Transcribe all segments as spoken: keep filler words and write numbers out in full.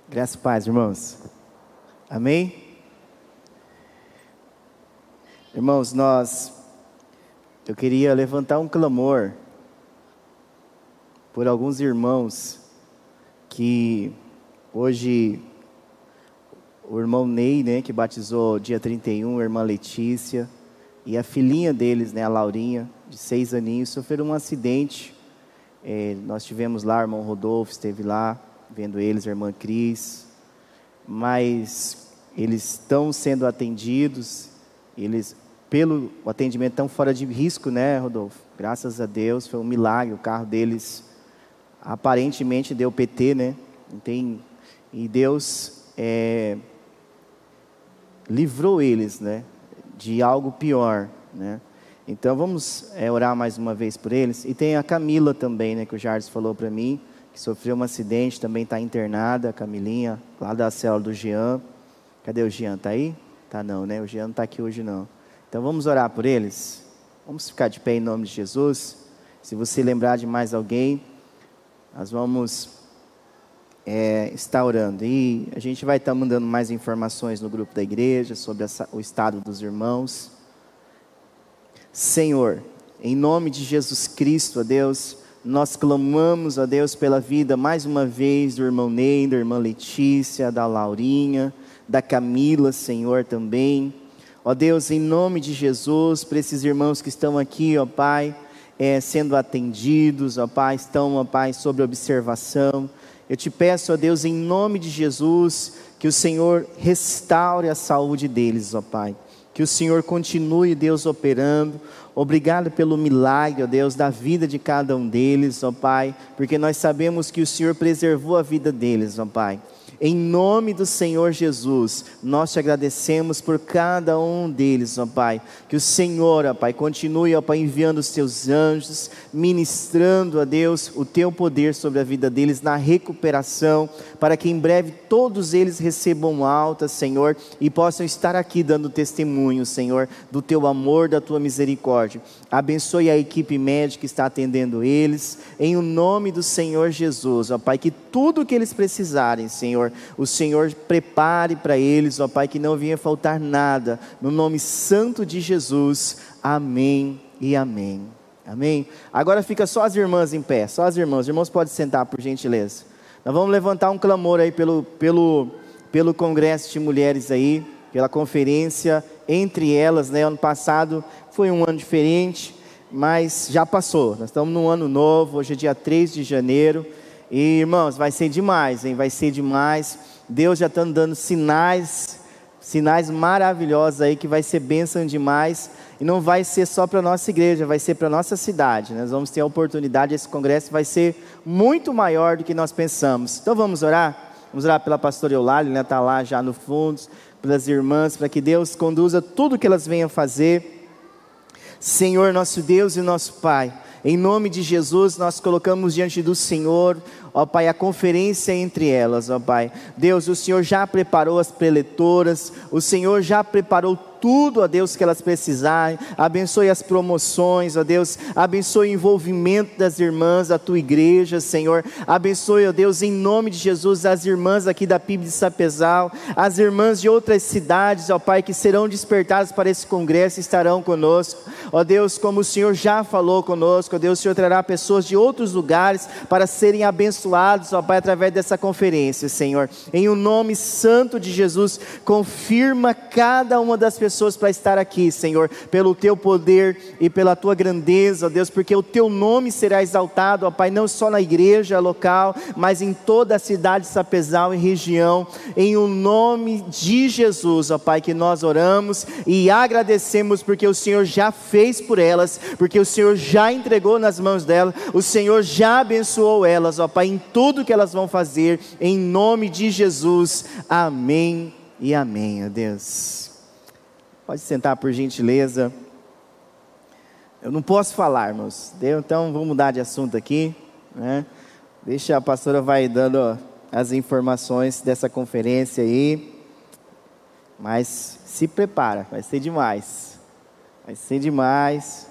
Graças e paz, irmãos. Amém? Irmãos, nós, eu queria levantar um clamor por alguns irmãos que hoje, o irmão Ney, né, que batizou dia trinta e um, a irmã Letícia, e a filhinha deles, né, a Laurinha, de seis aninhos, sofreram um acidente. É, nós tivemos lá, o irmão Rodolfo esteve lá, vendo eles, a irmã Cris, mas eles estão sendo atendidos, eles, pelo atendimento, estão fora de risco, né, Rodolfo? Graças a Deus, foi um milagre, o carro deles aparentemente deu P T, né? Não tem, e Deus é, livrou eles, né, de algo pior, né? Então vamos é, orar mais uma vez por eles. E tem a Camila também, né, que o Jardim falou para mim, que sofreu um acidente, também está internada, a Camilinha, lá da célula do Jean. Cadê o Jean? Está aí? Tá não, né? O Jean não está aqui hoje não. Então vamos orar por eles? Vamos ficar de pé em nome de Jesus. Se você lembrar de mais alguém, nós vamos é, estar orando. E a gente vai estar mandando mais informações no grupo da igreja, sobre a, o estado dos irmãos. Senhor, em nome de Jesus Cristo, ó Deus, nós clamamos, ó Deus, pela vida, mais uma vez, do irmão Ney, da irmã Letícia, da Laurinha, da Camila, Senhor, também. Ó Deus, em nome de Jesus, para esses irmãos que estão aqui, ó Pai, é, sendo atendidos, ó Pai, estão, ó Pai, sob observação. Eu te peço, ó Deus, em nome de Jesus, que o Senhor restaure a saúde deles, ó Pai. Que o Senhor continue, Deus, operando. Obrigado pelo milagre, ó Deus, da vida de cada um deles, ó Pai, porque nós sabemos que o Senhor preservou a vida deles, ó Pai. Em nome do Senhor Jesus, nós te agradecemos por cada um deles, ó Pai. Que o Senhor, ó Pai, continue, ó Pai, enviando os teus anjos, ministrando, ó Deus, o teu poder sobre a vida deles na recuperação, para que em breve todos eles recebam alta, Senhor, e possam estar aqui dando testemunho, Senhor, do teu amor, da tua misericórdia. Abençoe a equipe médica que está atendendo eles, em o nome do Senhor Jesus, ó Pai, que tudo que eles precisarem, Senhor, o Senhor prepare para eles, ó Pai, que não venha faltar nada, no nome santo de Jesus, amém e amém, amém. Agora fica só as irmãs em pé, só as irmãs, os irmãos podem sentar por gentileza. Nós vamos levantar um clamor aí pelo, pelo, pelo congresso de mulheres aí, pela conferência entre elas, né? Ano passado foi um ano diferente, mas já passou, nós estamos num ano novo, hoje é dia três de janeiro, e irmãos, vai ser demais, hein? Vai ser demais, Deus já está dando sinais, sinais maravilhosos aí, que vai ser bênção demais, e não vai ser só para a nossa igreja, vai ser para a nossa cidade, nós vamos ter a oportunidade, esse congresso vai ser muito maior do que nós pensamos. Então vamos orar? Vamos orar pela pastora Eulália, ela está lá já no fundo, pelas irmãs, para que Deus conduza tudo que elas venham fazer. Senhor, nosso Deus e nosso Pai, em nome de Jesus, nós colocamos diante do Senhor, ó Pai, a conferência entre elas, ó Pai. Deus, o Senhor já preparou as preletoras, o Senhor já preparou tudo, ó Deus, que elas precisarem. Abençoe as promoções, ó Deus, abençoe o envolvimento das irmãs da tua igreja, Senhor. Abençoe, ó Deus, em nome de Jesus, as irmãs aqui da P I B de Sapezal, as irmãs de outras cidades, ó Pai, que serão despertadas para esse congresso, estarão conosco, ó Deus, como o Senhor já falou conosco, ó Deus, o Senhor trará pessoas de outros lugares para serem abençoados, ó Pai, através dessa conferência, Senhor. Em o nome santo de Jesus, confirma cada uma das pessoas para estar aqui, Senhor, pelo teu poder e pela tua grandeza, ó Deus, porque o teu nome será exaltado, ó Pai, não só na igreja local, mas em toda a cidade de Sapezal e região, em o nome de Jesus, ó Pai, que nós oramos e agradecemos, porque o Senhor já fez por elas, porque o Senhor já entregou nas mãos delas, o Senhor já abençoou elas, ó Pai, em tudo que elas vão fazer, em nome de Jesus, amém e amém, ó Deus. Pode sentar por gentileza. Eu não posso falar, irmãos, então vamos mudar de assunto aqui, né? Deixa a pastora vai dando ó, as informações dessa conferência aí, mas se prepara, vai ser demais, vai ser demais.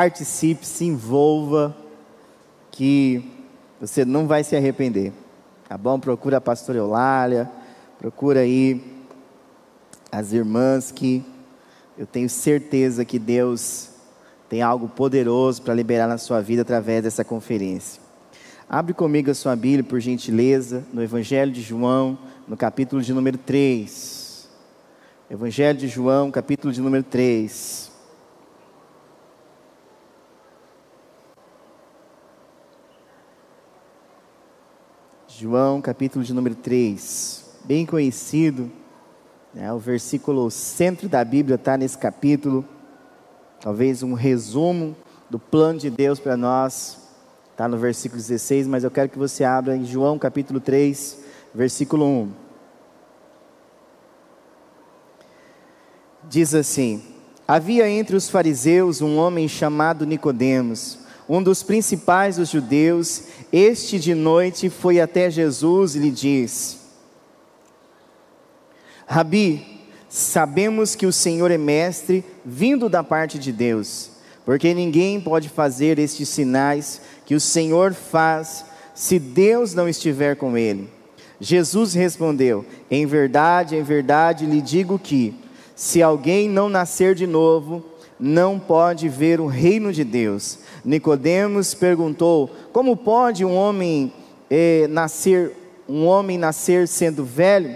Participe, se envolva, que você não vai se arrepender. tá bom? Procura a pastora Eulália, procura aí as irmãs que eu tenho certeza que Deus tem algo poderoso para liberar na sua vida através dessa conferência. Abre comigo a sua Bíblia, por gentileza, no Evangelho de João, no capítulo de número três. Evangelho de João, capítulo de número três. João, capítulo de número três, bem conhecido, né? O versículo centro da Bíblia está nesse capítulo, talvez um resumo do plano de Deus para nós, está no versículo dezesseis, mas eu quero que você abra em João, capítulo três, versículo um. Diz assim: havia entre os fariseus um homem chamado Nicodemos, um dos principais dos judeus. Este de noite foi até Jesus e lhe disse: Rabi, sabemos que o Senhor é mestre, vindo da parte de Deus, porque ninguém pode fazer estes sinais que o Senhor faz, se Deus não estiver com ele. Jesus respondeu: em verdade, em verdade lhe digo que, se alguém não nascer de novo, não pode ver o reino de Deus. Nicodemos perguntou: como pode um homem eh, nascer, um homem nascer sendo velho?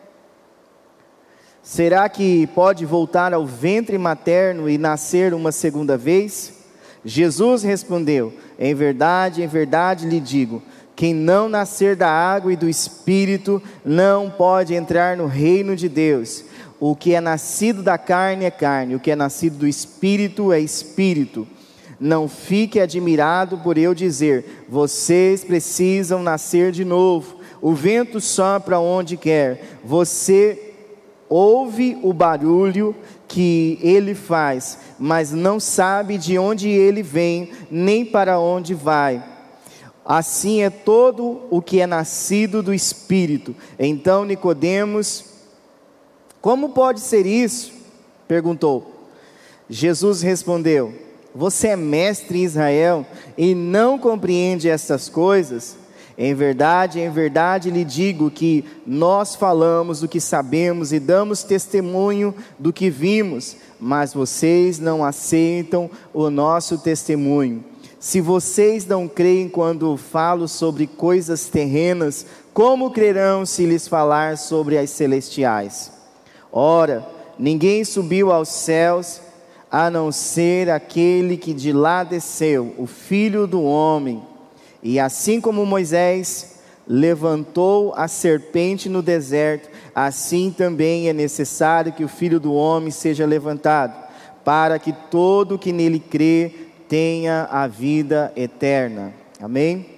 Será que pode voltar ao ventre materno e nascer uma segunda vez? Jesus respondeu: em verdade, em verdade lhe digo, quem não nascer da água e do Espírito não pode entrar no reino de Deus. O que é nascido da carne é carne, o que é nascido do Espírito é Espírito. Não fique admirado por eu dizer: vocês precisam nascer de novo. O vento sopra onde quer, você ouve o barulho que ele faz, mas não sabe de onde ele vem, nem para onde vai. Assim é todo o que é nascido do Espírito. Então Nicodemos: como pode ser isso? Perguntou. Jesus respondeu: você é mestre em Israel e não compreende estas coisas? Em verdade, em verdade lhe digo que nós falamos do que sabemos e damos testemunho do que vimos, mas vocês não aceitam o nosso testemunho. Se vocês não creem quando falo sobre coisas terrenas, como crerão se lhes falar sobre as celestiais? Ora, ninguém subiu aos céus, a não ser aquele que de lá desceu, o Filho do Homem. E assim como Moisés levantou a serpente no deserto, assim também é necessário que o Filho do Homem seja levantado, para que todo que nele crê tenha a vida eterna. Amém?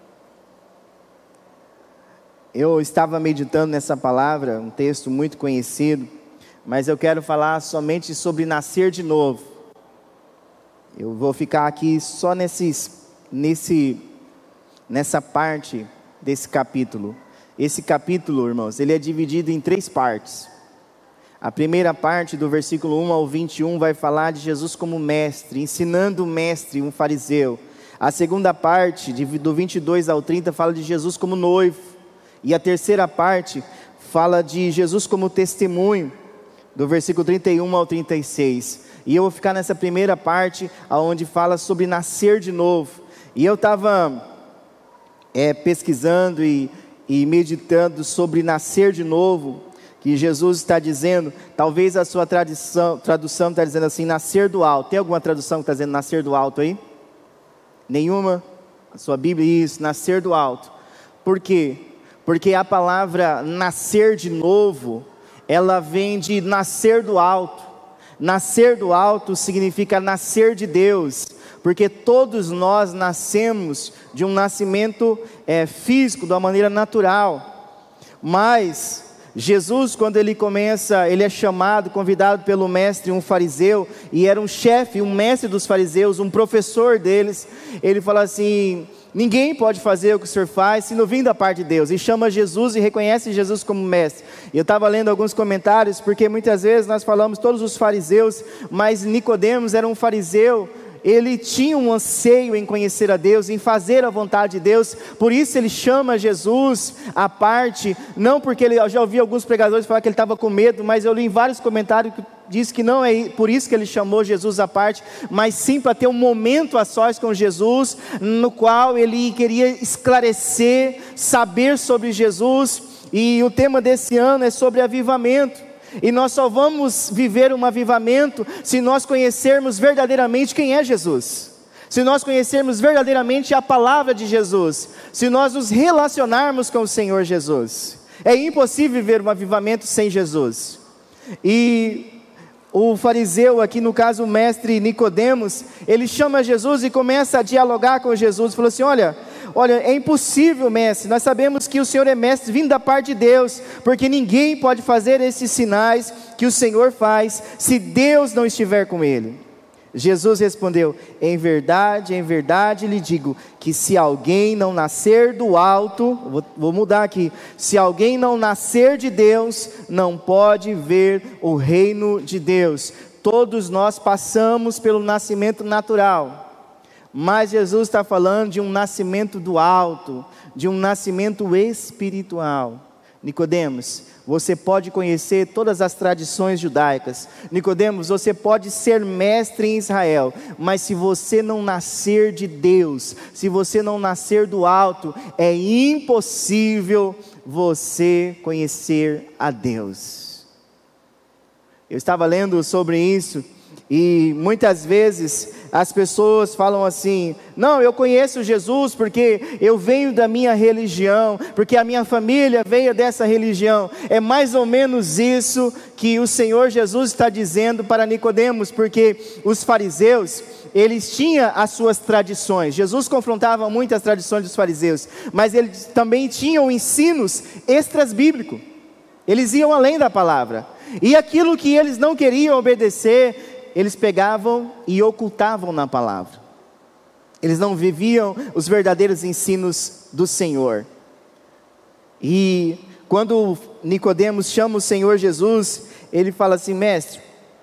Eu estava meditando nessa palavra, um texto muito conhecido, mas eu quero falar somente sobre nascer de novo. Eu vou ficar aqui só nesses, nesse, nessa parte desse capítulo. Esse capítulo, irmãos, ele é dividido em três partes. A primeira parte, do versículo um ao vinte e um, vai falar de Jesus como mestre, ensinando o mestre, um fariseu. A segunda parte, do vinte e dois ao trinta, fala de Jesus como noivo. E a terceira parte fala de Jesus como testemunho, do versículo trinta e um ao trinta e seis. E eu vou ficar nessa primeira parte, onde fala sobre nascer de novo. E eu estava é, pesquisando e, e meditando sobre nascer de novo, que Jesus está dizendo. Talvez a sua tradução, tradução está dizendo assim: nascer do alto. Tem alguma tradução que está dizendo nascer do alto aí? Nenhuma? A sua Bíblia, isso, nascer do alto. Por quê? Porque a palavra nascer de novo, ela vem de nascer do alto. Nascer do alto significa nascer de Deus, porque todos nós nascemos de um nascimento é, físico, de uma maneira natural. Mas Jesus, quando ele começa, ele é chamado, convidado pelo mestre, um fariseu, e era um chefe, um mestre dos fariseus, um professor deles. Ele fala assim: ninguém pode fazer o que o Senhor faz se não vir da parte de Deus. E chama Jesus e reconhece Jesus como mestre. Eu estava lendo alguns comentários, porque muitas vezes nós falamos todos os fariseus, mas Nicodemos era um fariseu ele tinha um anseio em conhecer a Deus, em fazer a vontade de Deus. Por isso ele chama Jesus à parte, não porque ele, eu já ouvi alguns pregadores falar que ele estava com medo, mas eu li em vários comentários que diz que não é por isso que ele chamou Jesus à parte, mas sim para ter um momento a sós com Jesus, no qual ele queria esclarecer, saber sobre Jesus. E o tema desse ano é sobre avivamento, e nós só vamos viver um avivamento se nós conhecermos verdadeiramente quem é Jesus, se nós conhecermos verdadeiramente a palavra de Jesus, se nós nos relacionarmos com o Senhor Jesus. É impossível viver um avivamento sem Jesus. E o fariseu, aqui no caso o mestre Nicodemos, ele chama Jesus e começa a dialogar com Jesus, falou assim: olha, olha, é impossível, mestre, nós sabemos que o Senhor é mestre vindo da parte de Deus, porque ninguém pode fazer esses sinais que o Senhor faz, se Deus não estiver com ele. Jesus respondeu: em verdade, em verdade lhe digo, que se alguém não nascer do alto, vou, vou mudar aqui, se alguém não nascer de Deus, não pode ver o reino de Deus. Todos nós passamos pelo nascimento natural, mas Jesus está falando de um nascimento do alto, de um nascimento espiritual. Nicodemos, você pode conhecer todas as tradições judaicas. Nicodemos, você pode ser mestre em Israel, mas se você não nascer de Deus, se você não nascer do alto, é impossível você conhecer a Deus. Eu estava lendo sobre isso, e muitas vezes as pessoas falam assim: não, eu conheço Jesus porque eu venho da minha religião, porque a minha família veio dessa religião. É mais ou menos isso que o Senhor Jesus está dizendo para Nicodemos, porque os fariseus, eles tinham as suas tradições. Jesus confrontava muito as tradições dos fariseus, mas eles também tinham ensinos extras bíblicos. Eles iam além da palavra, e aquilo que eles não queriam obedecer, eles pegavam e ocultavam na palavra. Eles não viviam os verdadeiros ensinos do Senhor. E quando Nicodemos chama o Senhor Jesus, ele fala assim: mestre,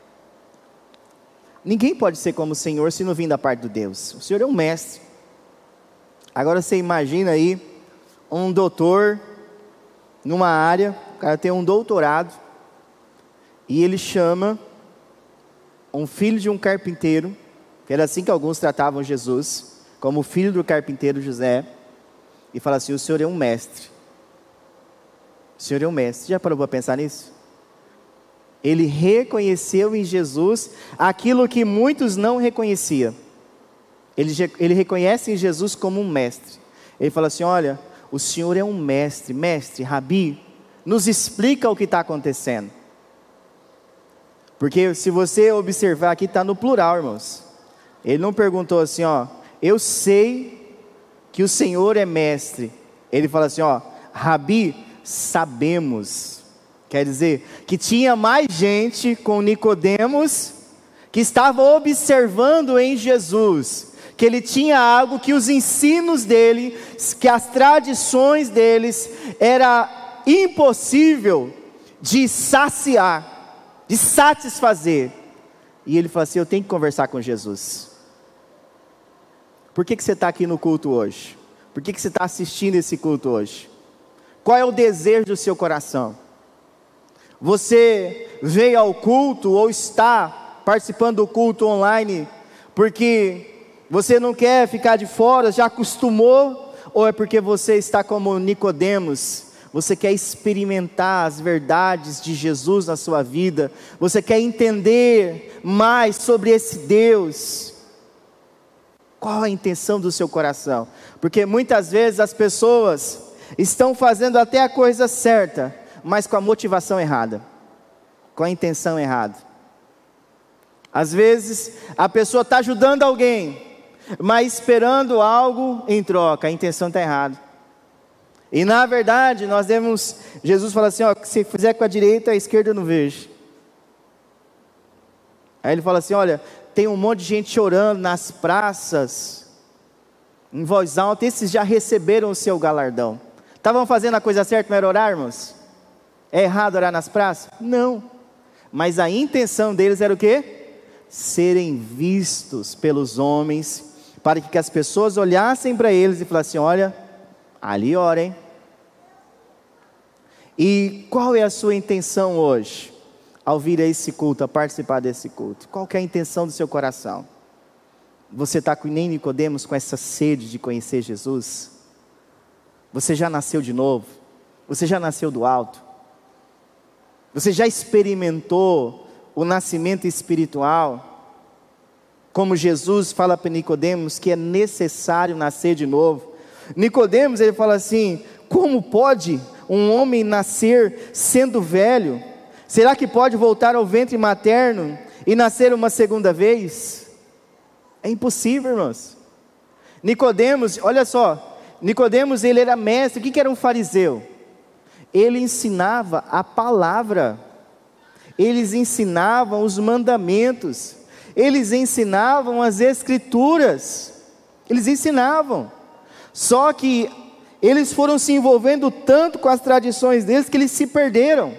ninguém pode ser como o Senhor se não vir da parte de Deus. O Senhor é um mestre. Agora você imagina aí um doutor numa área, o cara tem um doutorado, e ele chama um filho de um carpinteiro, que era assim que alguns tratavam Jesus, como filho do carpinteiro José, e fala assim: o Senhor é um mestre. O Senhor é um mestre. Já parou para pensar nisso? Ele reconheceu em Jesus aquilo que muitos não reconheciam. Ele, ele reconhece em Jesus como um mestre. Ele fala assim: olha, o Senhor é um mestre, mestre, Rabi, nos explica o que está acontecendo. Porque se você observar aqui, está no plural, irmãos. Ele não perguntou assim, ó, eu sei que o Senhor é mestre. Ele fala assim, ó, Rabi, sabemos. Quer dizer, que tinha mais gente com Nicodemos, que estava observando em Jesus, que ele tinha algo que os ensinos dele, que as tradições deles, era impossível de saciar, de satisfazer. E ele falou assim, eu tenho que conversar com Jesus. Por que que você está aqui no culto hoje? Por que que você está assistindo esse culto hoje? Qual é o desejo do seu coração? Você veio ao culto ou está participando do culto online porque você não quer ficar de fora, já acostumou? Ou é porque você está como Nicodemos, você quer experimentar as verdades de Jesus na sua vida, você quer entender mais sobre esse Deus? Qual a intenção do seu coração? Porque muitas vezes as pessoas estão fazendo até a coisa certa, mas com a motivação errada, com a intenção errada. Às vezes a pessoa está ajudando alguém, mas esperando algo em troca, a intenção está errada. E na verdade nós devemos, Jesus fala assim, ó, se fizer com a direita, a esquerda eu não vejo. Aí ele fala assim, olha, tem um monte de gente chorando nas praças, em voz alta, esses já receberam o seu galardão. Estavam fazendo a coisa certa, não era orar, irmãos? É errado orar nas praças? Não. Mas a intenção deles era o quê? serem vistos pelos homens, para que as pessoas olhassem para eles e falassem: olha, ali ora, hein? E qual é a sua intenção hoje, ao vir a esse culto, a participar desse culto? Qual que é a intenção do seu coração? Você está com nem Nicodemos, com essa sede de conhecer Jesus? Você já nasceu de novo? Você já nasceu do alto? Você já experimentou o nascimento espiritual? Como Jesus fala para Nicodemos que é necessário nascer de novo. Nicodemos, ele fala assim: como pode um homem nascer sendo velho? Será que pode voltar ao ventre materno e nascer uma segunda vez? É impossível, irmãos. Nicodemos, olha só, Nicodemos, ele era mestre. O que era um fariseu? Ele ensinava a palavra, eles ensinavam os mandamentos, eles ensinavam as escrituras, eles ensinavam, só que eles foram se envolvendo tanto com as tradições deles, que eles se perderam,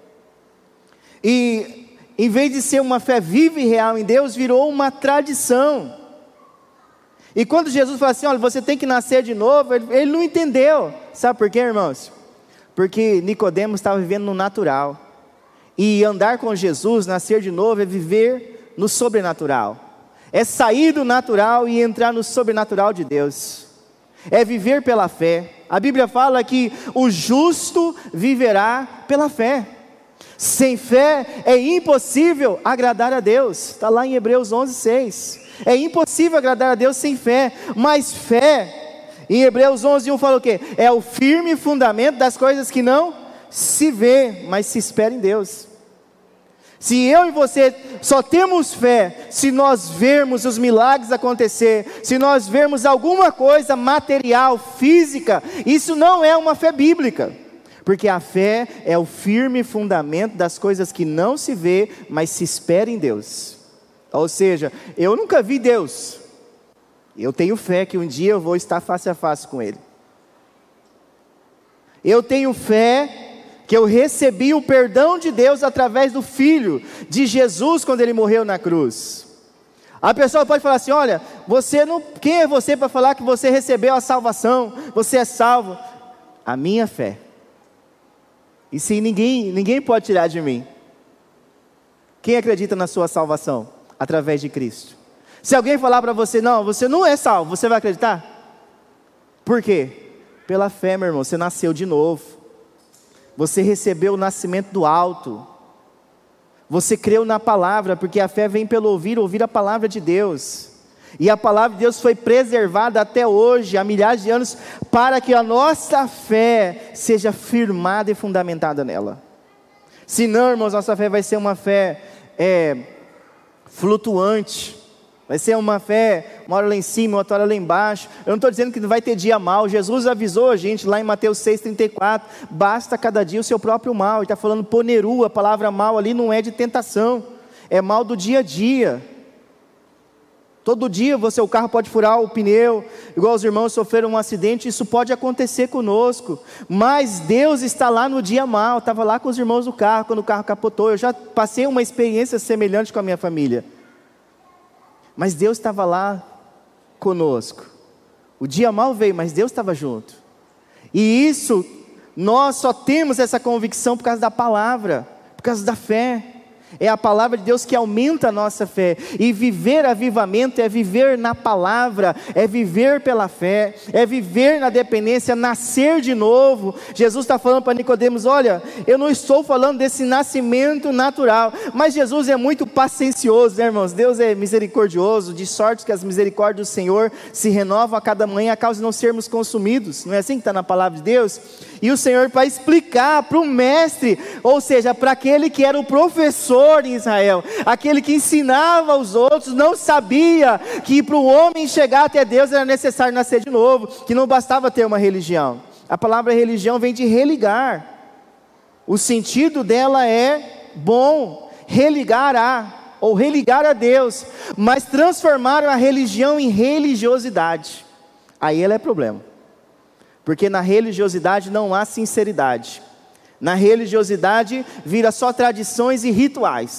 e em vez de ser uma fé viva e real em Deus, virou uma tradição. E quando Jesus fala assim: olha, você tem que nascer de novo, ele, ele não entendeu. Sabe por quê, irmãos? Porque Nicodemos estava vivendo no natural, e andar com Jesus, nascer de novo, é viver no sobrenatural, é sair do natural e entrar no sobrenatural de Deus, é viver pela fé. A Bíblia fala que o justo viverá pela fé. Sem fé é impossível agradar a Deus, está lá em Hebreus onze, seis. É impossível agradar a Deus sem fé, mas fé, em Hebreus onze, um fala o quê? É o firme fundamento das coisas que não se vê, mas se espera em Deus. Se eu e você só temos fé se nós vermos os milagres acontecer, se nós vermos alguma coisa material, física, isso não é uma fé bíblica, porque a fé é o firme fundamento das coisas que não se vê, mas se espera em Deus. Ou seja, eu nunca vi Deus, eu tenho fé que um dia eu vou estar face a face com Ele. Eu tenho fé que eu recebi o perdão de Deus através do Filho de Jesus, quando Ele morreu na cruz. A pessoa pode falar assim: olha, você não, quem é você para falar que você recebeu a salvação, você é salvo? A minha fé, e sim, ninguém, ninguém pode tirar de mim. Quem acredita na sua salvação? Através de Cristo. Se alguém falar para você: não, você não é salvo, você vai acreditar? Por quê? Pela fé, meu irmão. Você nasceu de novo, você recebeu o nascimento do alto, você creu na palavra, porque a fé vem pelo ouvir, ouvir a palavra de Deus, e a palavra de Deus foi preservada até hoje, há milhares de anos, para que a nossa fé seja firmada e fundamentada nela. Senão, irmãos, nossa fé vai ser uma fé é, flutuante, vai ser uma fé, uma hora lá em cima, outra hora lá embaixo. Eu não estou dizendo que não vai ter dia mal. Jesus avisou a gente lá em Mateus seis, trinta e quatro, basta cada dia o seu próprio mal. Ele está falando poneru, a palavra mal ali não é de tentação, é mal do dia a dia. Todo dia você, o carro pode furar o pneu, igual os irmãos sofreram um acidente, isso pode acontecer conosco, mas Deus está lá no dia mal. Estava lá com os irmãos no carro, quando o carro capotou. Eu já passei uma experiência semelhante com a minha família, mas Deus estava lá conosco. O dia mal veio, mas Deus estava junto. E isso, nós só temos essa convicção por causa da palavra, por causa da fé. É a palavra de Deus que aumenta a nossa fé. E viver avivamento é viver na palavra, é viver pela fé, é viver na dependência, nascer de novo. Jesus está falando para Nicodemos: olha, eu não estou falando desse nascimento natural, mas Jesus é muito paciencioso, né, irmãos? Deus é misericordioso, de sorte que as misericórdias do Senhor se renovam a cada manhã, a causa de não sermos consumidos. Não é assim que está na palavra de Deus? E o Senhor vai explicar para o mestre, ou seja, para aquele que era o professor em Israel, aquele que ensinava aos outros, não sabia que para o homem chegar até Deus era necessário nascer de novo, que não bastava ter uma religião. A palavra religião vem de religar, o sentido dela é bom, religar a, ou religar a Deus, mas transformaram a religião em religiosidade. Aí ela é problema, porque na religiosidade não há sinceridade. Na religiosidade vira só tradições e rituais.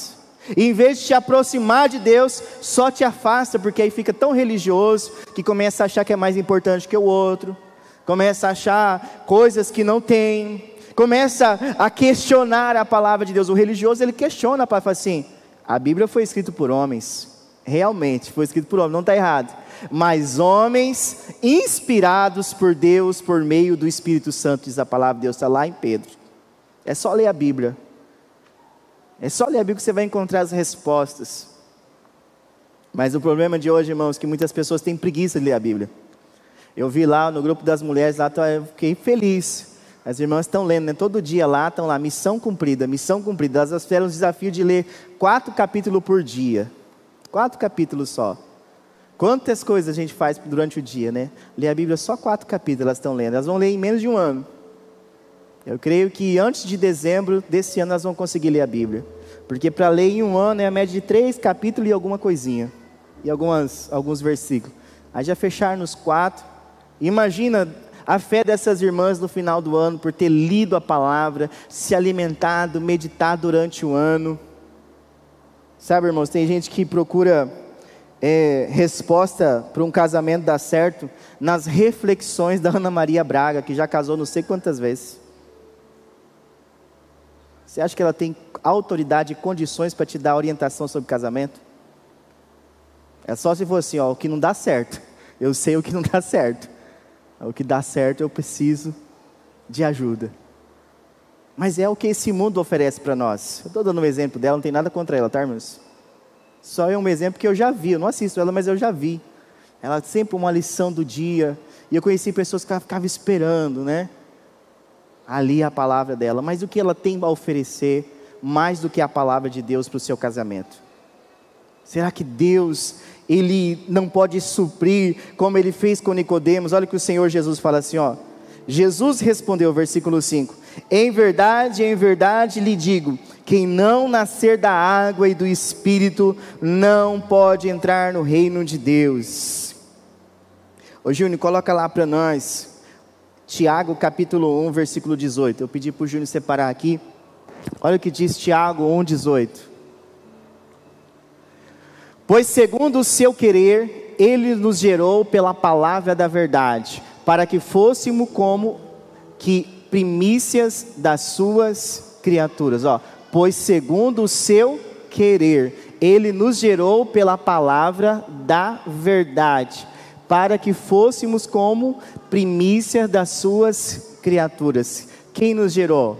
E em vez de te aproximar de Deus, só te afasta, porque aí fica tão religioso, que começa a achar que é mais importante que o outro, começa a achar coisas que não tem, começa a questionar a palavra de Deus. O religioso, ele questiona, para falar assim, a Bíblia foi escrita por homens, realmente foi escrita por homens, não está errado, mas homens inspirados por Deus, por meio do Espírito Santo, diz a palavra de Deus, está lá em Pedro. É só ler a Bíblia, é só ler a Bíblia que você vai encontrar as respostas. Mas o problema de hoje, irmãos, é que muitas pessoas têm preguiça de ler a Bíblia. Eu vi lá no grupo das mulheres, lá eu fiquei feliz, as irmãs estão lendo, né? Todo dia lá, estão lá, missão cumprida, missão cumprida, elas fizeram um desafio de ler quatro capítulos por dia, quatro capítulos só. Quantas coisas a gente faz durante o dia, né? Ler a Bíblia, só quatro capítulos elas estão lendo, elas vão ler em menos de um ano. Eu creio que antes de dezembro desse ano elas vão conseguir ler a Bíblia, porque para ler em um ano é a média de três capítulos e alguma coisinha, e algumas, alguns versículos, aí já fecharam nos quatro. Imagina a fé dessas irmãs no final do ano, por ter lido a palavra, se alimentado, meditado durante o ano. Sabe, irmãos, tem gente que procura é, resposta para um casamento dar certo nas reflexões da Ana Maria Braga, que já casou não sei quantas vezes. Você acha que ela tem autoridade e condições para te dar orientação sobre casamento? É só se for assim, ó, o que não dá certo, eu sei o que não dá certo, o que dá certo eu preciso de ajuda. Mas é o que esse mundo oferece para nós. Eu estou dando um exemplo dela, não tem nada contra ela, tá, irmãos? Só é um exemplo que eu já vi, eu não assisto ela, mas eu já vi. Ela sempre uma lição do dia, e eu conheci pessoas que ficavam esperando, né? Ali a palavra dela, mas o que ela tem a oferecer, mais do que a palavra de Deus para o seu casamento? Será que Deus, Ele não pode suprir, como Ele fez com Nicodemos? Olha o que o Senhor Jesus fala assim, ó. Jesus respondeu, versículo cinco, em verdade, em verdade lhe digo, quem não nascer da água e do Espírito, não pode entrar no reino de Deus. Ô Júnior, coloca lá para nós, Tiago capítulo um, versículo dezoito, eu pedi para o Júnior separar aqui, olha o que diz Tiago um, dezoito, pois segundo o seu querer, Ele nos gerou pela palavra da verdade, para que fôssemos como que primícias das suas criaturas, ó, pois segundo o seu querer, Ele nos gerou pela palavra da verdade, para que fôssemos como primícias das suas criaturas. Quem nos gerou?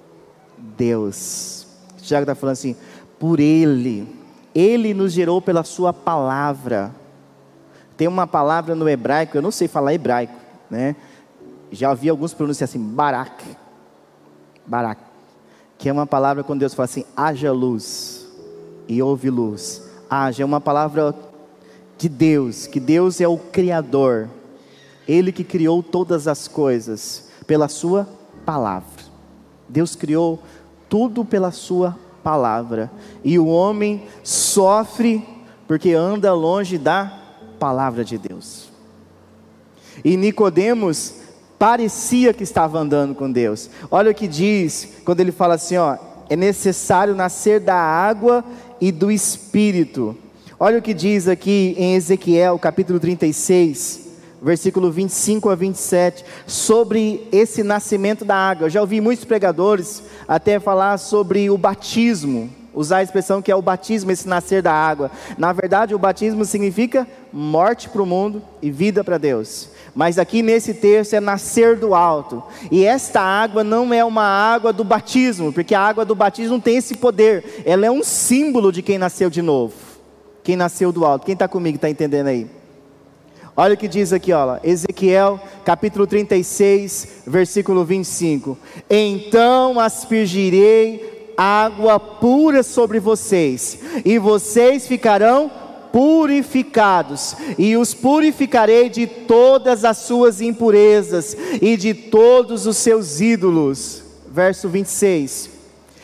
Deus. Tiago está falando assim, por Ele, Ele nos gerou pela sua palavra. Tem uma palavra no hebraico, eu não sei falar hebraico, né? Já ouvi alguns pronunciar assim, barak, barak, que é uma palavra quando Deus fala assim, haja luz, e houve luz. Haja é uma palavra de Deus, que Deus é o Criador, Ele que criou todas as coisas, pela sua palavra. Deus criou tudo pela sua palavra, e o homem sofre, porque anda longe da palavra de Deus. E Nicodemos parecia que estava andando com Deus. Olha o que diz, quando ele fala assim, ó, é necessário nascer da água e do Espírito. Olha o que diz aqui em Ezequiel, capítulo trinta e seis, versículo vinte e cinco a vinte e sete, sobre esse nascimento da água. Eu já ouvi muitos pregadores até falar sobre o batismo, usar a expressão que é o batismo, esse nascer da água. Na verdade, o batismo significa morte para o mundo e vida para Deus. Mas aqui nesse texto é nascer do alto. E esta água não é uma água do batismo, porque a água do batismo não tem esse poder. Ela é um símbolo de quem nasceu de novo. Quem nasceu do alto. Quem está comigo, está entendendo aí? Olha o que diz aqui, ó, Ezequiel capítulo trinta e seis, versículo vinte e cinco. Então aspergirei água pura sobre vocês, e vocês ficarão purificados, e os purificarei de todas as suas impurezas, e de todos os seus ídolos. Verso vinte e seis.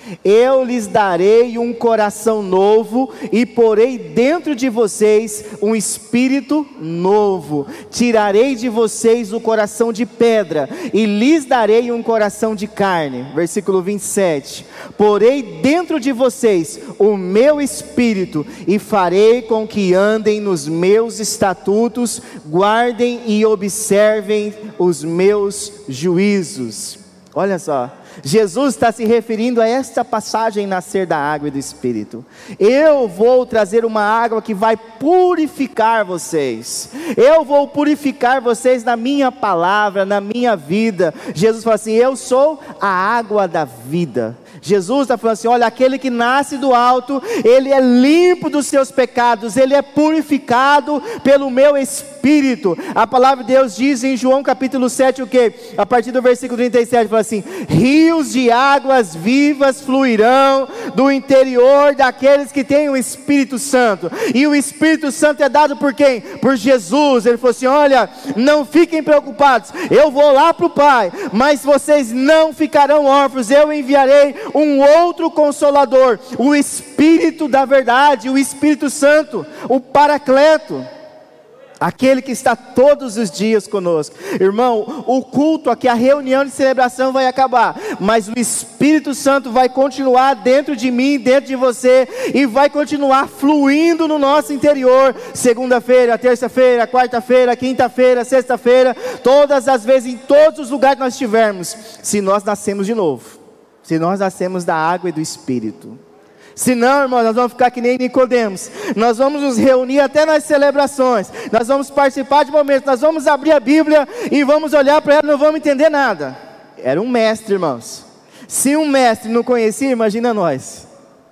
Eu lhes darei um coração novo e porei dentro de vocês um espírito novo. Tirarei de vocês o coração de pedra e lhes darei um coração de carne. Versículo vinte e sete. Porei dentro de vocês o meu espírito e farei com que andem nos meus estatutos, guardem e observem os meus juízos. Olha só. Jesus está se referindo a esta passagem, nascer da água e do Espírito. Eu vou trazer uma água que vai purificar vocês. Eu vou purificar vocês na minha palavra, na minha vida. Jesus fala assim, eu sou a água da vida. Jesus está falando assim, olha, aquele que nasce do alto, ele é limpo dos seus pecados, ele é purificado pelo meu Espírito. A palavra de Deus diz em João capítulo sete o que? A partir do versículo trinta e sete, fala assim, rios de águas vivas fluirão do interior daqueles que têm o Espírito Santo. E o Espírito Santo é dado por quem? Por Jesus. Ele falou assim, olha, não fiquem preocupados, eu vou lá para o Pai, mas vocês não ficarão órfãos, eu enviarei um outro Consolador, o Espírito da verdade, o Espírito Santo, o Paracleto, aquele que está todos os dias conosco. Irmão, o culto aqui, a reunião de celebração vai acabar, mas o Espírito Santo vai continuar dentro de mim, dentro de você, e vai continuar fluindo no nosso interior, segunda-feira, terça-feira, quarta-feira, quinta-feira, sexta-feira, todas as vezes, em todos os lugares que nós estivermos, se nós nascemos de novo. Se nós nascemos da água e do Espírito. Se não, irmão, nós vamos ficar que nem Nicodemos. Nós vamos nos reunir até nas celebrações. Nós vamos participar de momentos. Nós vamos abrir a Bíblia e vamos olhar para ela e não vamos entender nada. Era um mestre, irmãos. Se um mestre não conhecia, imagina nós.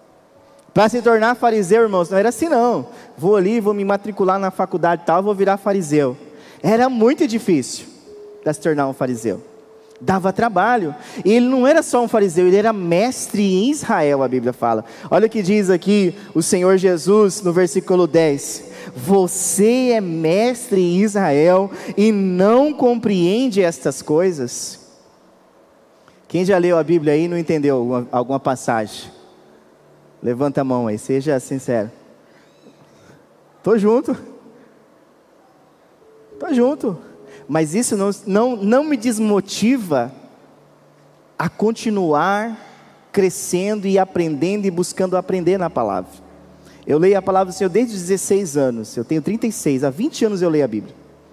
Para se tornar fariseu, irmãos, não era assim não. Vou ali, vou me matricular na faculdade e tal, vou virar fariseu. Era muito difícil para se tornar um fariseu. Dava trabalho, e ele não era só um fariseu, ele era mestre em Israel, a Bíblia fala. Olha o que diz aqui o Senhor Jesus no versículo dez, você é mestre em Israel e não compreende estas coisas? Quem já leu a Bíblia aí e não entendeu alguma, alguma passagem? Levanta a mão aí, seja sincero. Estou junto, estou junto. Mas isso não, não, não me desmotiva a continuar crescendo e aprendendo e buscando aprender na palavra. Eu leio a palavra do Senhor desde os dezesseis anos, eu tenho trinta e seis, há vinte anos eu leio a Bíblia.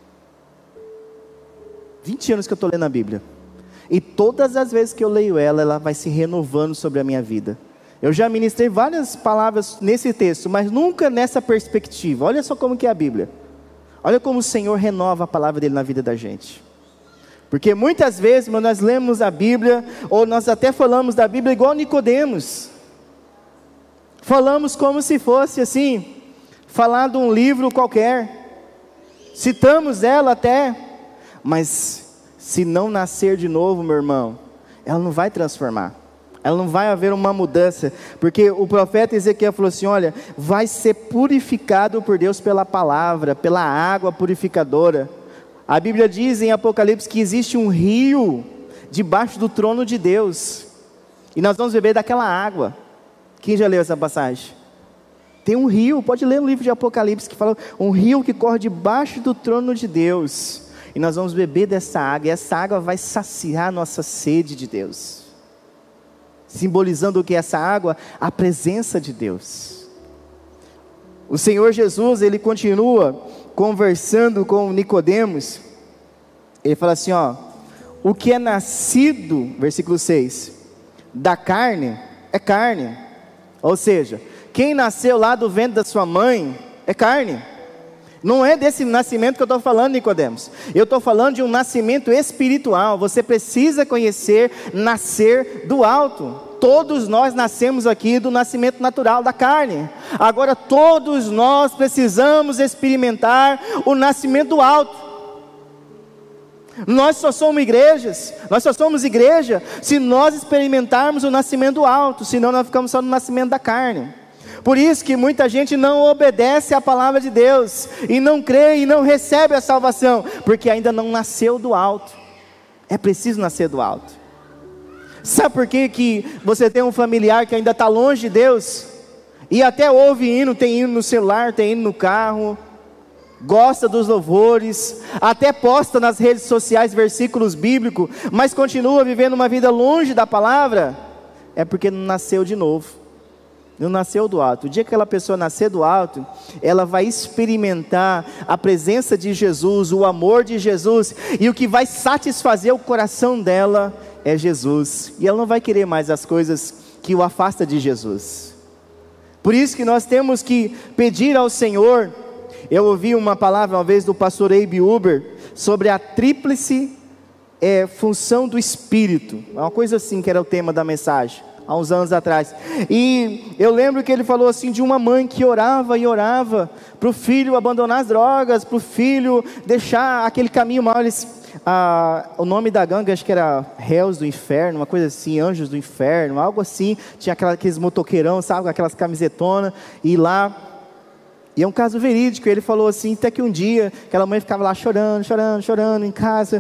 vinte anos que eu estou lendo a Bíblia. E todas as vezes que eu leio ela, ela vai se renovando sobre a minha vida. Eu já ministrei várias palavras nesse texto, mas nunca nessa perspectiva. Olha só como que é a Bíblia. Olha como o Senhor renova a palavra dele na vida da gente. Porque muitas vezes nós lemos a Bíblia, ou nós até falamos da Bíblia igual Nicodemos. Falamos como se fosse assim, falar de um livro qualquer. Citamos ela até, mas se não nascer de novo, meu irmão, ela não vai transformar. Ela não vai haver uma mudança, porque o profeta Ezequiel falou assim, olha, vai ser purificado por Deus pela palavra, pela água purificadora. A Bíblia diz em Apocalipse que existe um rio debaixo do trono de Deus, e nós vamos beber daquela água. Quem já leu essa passagem? Tem um rio, pode ler no livro de Apocalipse, que fala um rio que corre debaixo do trono de Deus, e nós vamos beber dessa água, e essa água vai saciar a nossa sede de Deus. Simbolizando o que é essa água? A presença de Deus. O Senhor Jesus, ele continua conversando com Nicodemos. Ele fala assim, ó, o que é nascido, versículo seis, da carne, é carne. Ou seja, quem nasceu lá do ventre da sua mãe, é carne. Não é desse nascimento que eu estou falando, Nicodemos. Eu estou falando de um nascimento espiritual. Você precisa conhecer, nascer do alto. Todos nós nascemos aqui do nascimento natural da carne. Agora todos nós precisamos experimentar o nascimento do alto. Nós só somos igrejas, nós só somos igreja se nós experimentarmos o nascimento do alto. Senão nós ficamos só no nascimento da carne. Por isso que muita gente não obedece à palavra de Deus, e não crê e não recebe a salvação, porque ainda não nasceu do alto. É preciso nascer do alto. Sabe por que que você tem um familiar que ainda está longe de Deus? E até ouve hino, tem hino no celular, tem hino no carro, gosta dos louvores, até posta nas redes sociais versículos bíblicos, mas continua vivendo uma vida longe da palavra? É porque não nasceu de novo, não nasceu do alto. O dia que aquela pessoa nascer do alto, ela vai experimentar a presença de Jesus, o amor de Jesus, e o que vai satisfazer o coração dela é Jesus, e ela não vai querer mais as coisas que o afasta de Jesus. Por isso que nós temos que pedir ao Senhor. Eu ouvi uma palavra uma vez do pastor Abe Uber, sobre a tríplice é, função do Espírito, uma coisa assim que era o tema da mensagem, há uns anos atrás. E eu lembro que ele falou assim de uma mãe que orava e orava para o filho abandonar as drogas, para o filho deixar aquele caminho mal. Eles, ah, o nome da gangue acho que era Réus do Inferno, uma coisa assim, Anjos do Inferno, algo assim. Tinha aquela, aqueles motoqueirão, sabe, aquelas camisetonas, e lá, e é um caso verídico. Ele falou assim, até que um dia aquela mãe ficava lá chorando, chorando, chorando em casa.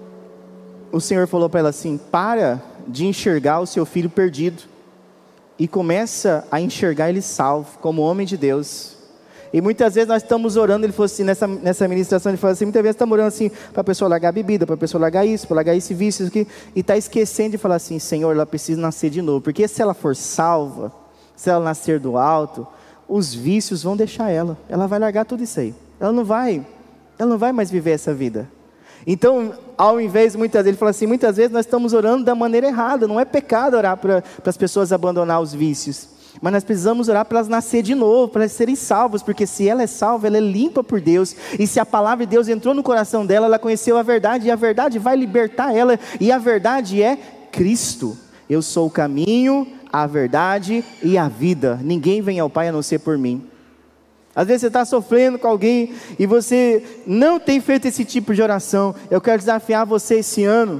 O Senhor falou para ela assim: para de enxergar o seu filho perdido e começa a enxergar ele salvo, como homem de Deus. E muitas vezes nós estamos orando, ele falou assim, nessa, nessa ministração, ele falou assim, muitas vezes estamos orando assim, para a pessoa largar a bebida, para a pessoa largar isso, para largar esse vício, isso aqui, e está esquecendo de falar assim, Senhor, ela precisa nascer de novo, porque se ela for salva, se ela nascer do alto, os vícios vão deixar ela, ela vai largar tudo isso aí, ela não vai, ela não vai mais viver essa vida. Então, ao invés, muitas vezes, ele fala assim, muitas vezes nós estamos orando da maneira errada. Não é pecado orar para as pessoas abandonar os vícios, mas nós precisamos orar para elas nascer de novo, para elas serem salvas, porque se ela é salva, ela é limpa por Deus, e se a palavra de Deus entrou no coração dela, ela conheceu a verdade, e a verdade vai libertar ela, e a verdade é Cristo. Eu sou o caminho, a verdade e a vida, ninguém vem ao Pai a não ser por mim. Às vezes você está sofrendo com alguém e você não tem feito esse tipo de oração. Eu quero desafiar você esse ano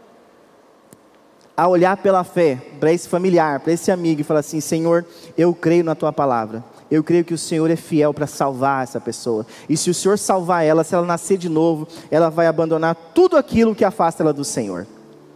a olhar pela fé para esse familiar, para esse amigo e falar assim, Senhor, eu creio na Tua palavra. Eu creio que o Senhor é fiel para salvar essa pessoa. E se o Senhor salvar ela, se ela nascer de novo, ela vai abandonar tudo aquilo que afasta ela do Senhor.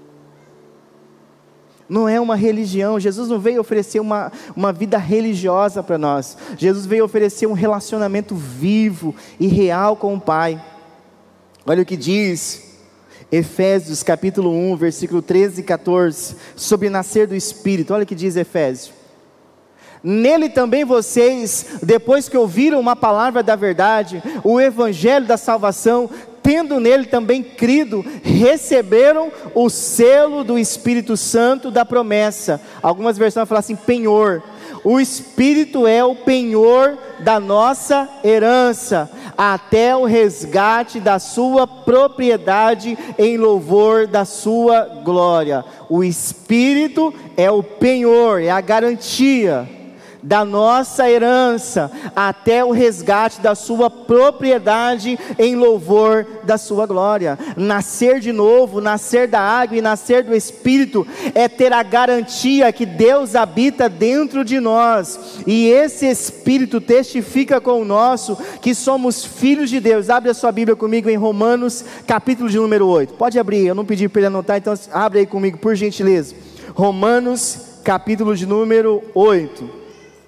Não é uma religião. Jesus não veio oferecer uma, uma vida religiosa para nós. Jesus veio oferecer um relacionamento vivo e real com o Pai. Olha o que diz Efésios capítulo um, versículo treze e quatorze, sobre nascer do Espírito. Olha o que diz Efésios. Nele também vocês, depois que ouviram uma palavra da verdade, o evangelho da salvação, tendo nele também crido, receberam o selo do Espírito Santo da promessa. Algumas versões falam assim, penhor. O Espírito é o penhor da nossa herança, até o resgate da sua propriedade, em louvor da sua glória. O Espírito é o penhor, é a garantia da nossa herança, até o resgate da sua propriedade, em louvor da sua glória. Nascer de novo, nascer da água e nascer do Espírito, é ter a garantia que Deus habita dentro de nós, e esse Espírito testifica com o nosso, que somos filhos de Deus. Abre a sua Bíblia comigo em Romanos, capítulo de número oito, pode abrir, eu não pedi para ele anotar, então abre aí comigo por gentileza, Romanos, capítulo de número oito,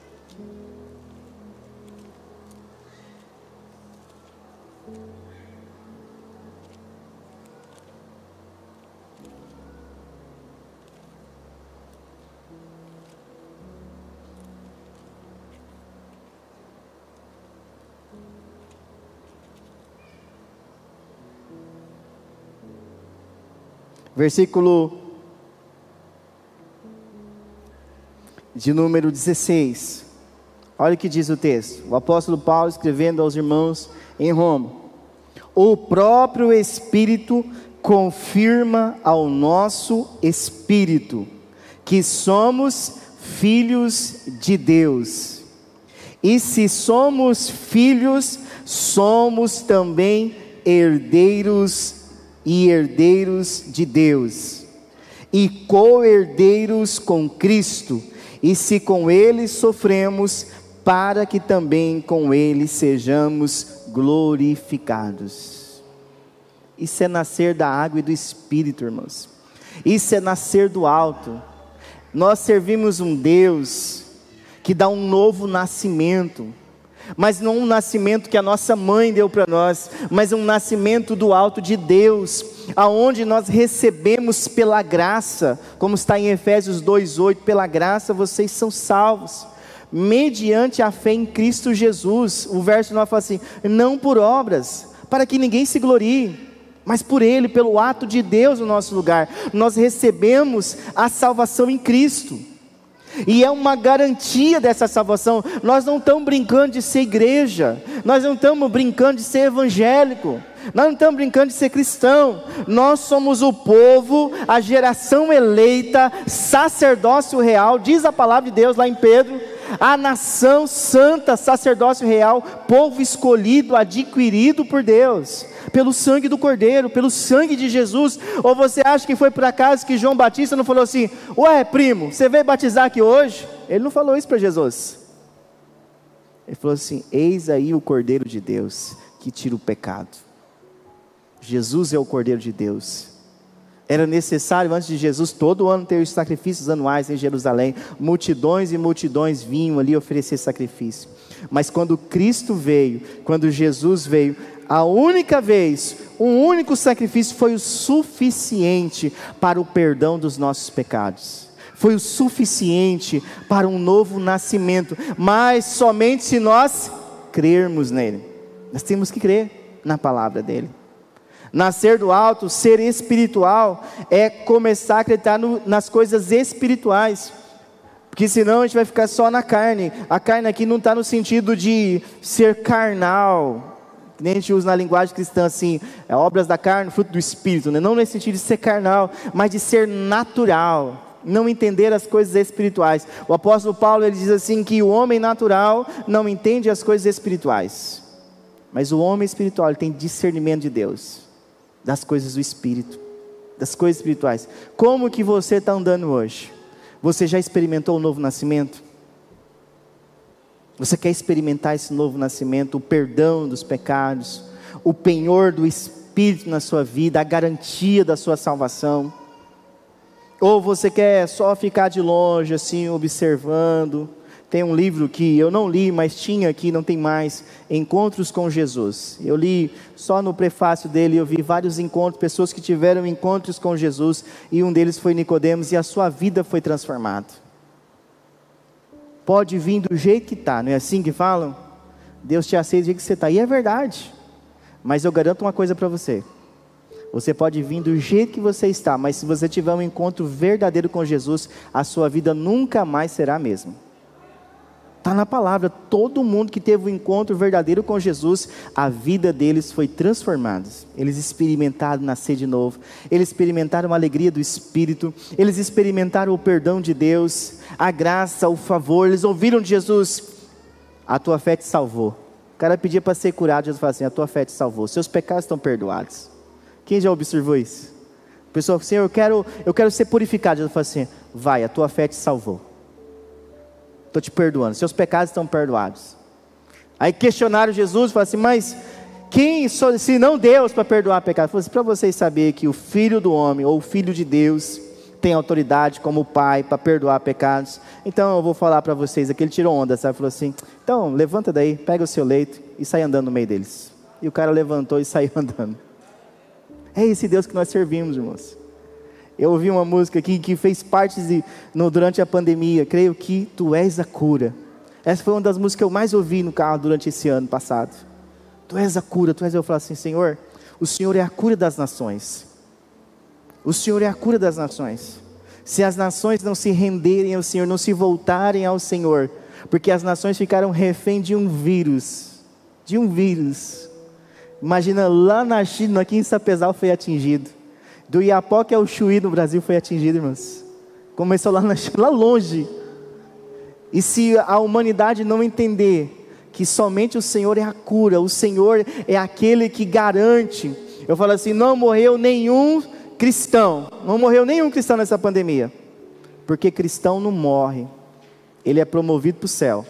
versículo de número dezesseis, olha o que diz o texto, o apóstolo Paulo escrevendo aos irmãos em Roma: o próprio Espírito confirma ao nosso espírito que somos filhos de Deus, e se somos filhos, somos também herdeiros e herdeiros de Deus, e co-herdeiros com Cristo, e se com Ele sofremos, para que também com Ele sejamos glorificados. Isso é nascer da água e do Espírito, irmãos. Isso é nascer do alto. Nós servimos um Deus que dá um novo nascimento, mas não um nascimento que a nossa mãe deu para nós, mas um nascimento do alto de Deus, aonde nós recebemos pela graça, como está em Efésios dois, oito, pela graça vocês são salvos, mediante a fé em Cristo Jesus. O verso nove fala assim, não por obras, para que ninguém se glorie, mas por Ele, pelo ato de Deus no nosso lugar, nós recebemos a salvação em Cristo, e é uma garantia dessa salvação. Nós não estamos brincando de ser igreja, nós não estamos brincando de ser evangélico, nós não estamos brincando de ser cristão, nós somos o povo, a geração eleita, sacerdócio real, diz a palavra de Deus lá em Pedro, a nação santa, sacerdócio real, povo escolhido, adquirido por Deus, pelo sangue do Cordeiro, pelo sangue de Jesus. Ou você acha que foi por acaso que João Batista não falou assim, ué primo, você veio batizar aqui hoje? Ele não falou isso para Jesus, ele falou assim, eis aí o Cordeiro de Deus, que tira o pecado. Jesus é o Cordeiro de Deus. Era necessário antes de Jesus, todo ano ter os sacrifícios anuais em Jerusalém, multidões e multidões vinham ali oferecer sacrifício, mas quando Cristo veio, quando Jesus veio, a única vez, um único sacrifício foi o suficiente para o perdão dos nossos pecados, foi o suficiente para um novo nascimento, mas somente se nós crermos nele. Nós temos que crer na palavra dele. Nascer do alto, ser espiritual, é começar a acreditar no, nas coisas espirituais, porque senão a gente vai ficar só na carne. A carne aqui não está no sentido de ser carnal, que nem a gente usa na linguagem cristã assim, é obras da carne, fruto do espírito, né? Não nesse sentido de ser carnal, mas de ser natural, não entender as coisas espirituais. O apóstolo Paulo, ele diz assim, que o homem natural não entende as coisas espirituais, mas o homem espiritual, ele tem discernimento de Deus, das coisas do Espírito, das coisas espirituais. Como que você está andando hoje? Você já experimentou o novo nascimento? Você quer experimentar esse novo nascimento, o perdão dos pecados, o penhor do Espírito na sua vida, a garantia da sua salvação? Ou você quer só ficar de longe assim, observando? Tem um livro que eu não li, mas tinha aqui, não tem mais, Encontros com Jesus. Eu li só no prefácio dele, eu vi vários encontros, pessoas que tiveram encontros com Jesus, e um deles foi Nicodemos, e a sua vida foi transformada. Pode vir do jeito que está, não é assim que falam? Deus te aceita do jeito que você está, e é verdade, mas eu garanto uma coisa para você, você pode vir do jeito que você está, mas se você tiver um encontro verdadeiro com Jesus, a sua vida nunca mais será a mesma. Está na palavra, todo mundo que teve um encontro verdadeiro com Jesus, a vida deles foi transformada. Eles experimentaram nascer de novo, eles experimentaram a alegria do Espírito, eles experimentaram o perdão de Deus, a graça, o favor. Eles ouviram de Jesus, a tua fé te salvou. O cara pedia para ser curado, Jesus falou assim, a tua fé te salvou, seus pecados estão perdoados. Quem já observou isso? O pessoal falou assim, eu quero, eu quero ser purificado. Jesus falou assim, vai, a tua fé te salvou, estou te perdoando, seus pecados estão perdoados. Aí questionaram Jesus, falaram assim, mas quem, se não Deus, para perdoar pecado? Falou assim, para vocês saberem que o Filho do Homem, ou o Filho de Deus, tem autoridade como Pai, para perdoar pecados, então eu vou falar para vocês, aqui ele tirou onda, sabe, falou assim, então levanta daí, pega o seu leito, e sai andando no meio deles. E o cara levantou e saiu andando. É esse Deus que nós servimos, irmãos. Eu ouvi uma música aqui que fez parte de, no, durante a pandemia, creio que tu és a cura. Essa foi uma das músicas que eu mais ouvi no carro durante esse ano passado. Tu és a cura, tu és, eu falo assim, Senhor, o Senhor é a cura das nações. O Senhor é a cura das nações. Se as nações não se renderem ao Senhor, não se voltarem ao Senhor, porque as nações ficaram refém de um vírus, de um vírus. Imagina lá na China, aqui em Sapezal foi atingido. Do Iapoque ao Chuí no Brasil foi atingido, irmãos. Começou lá, na, lá longe. E se a humanidade não entender que somente o Senhor é a cura, o Senhor é aquele que garante. Eu falo assim, não morreu nenhum cristão, não morreu nenhum cristão nessa pandemia, porque cristão não morre, ele é promovido para o céu.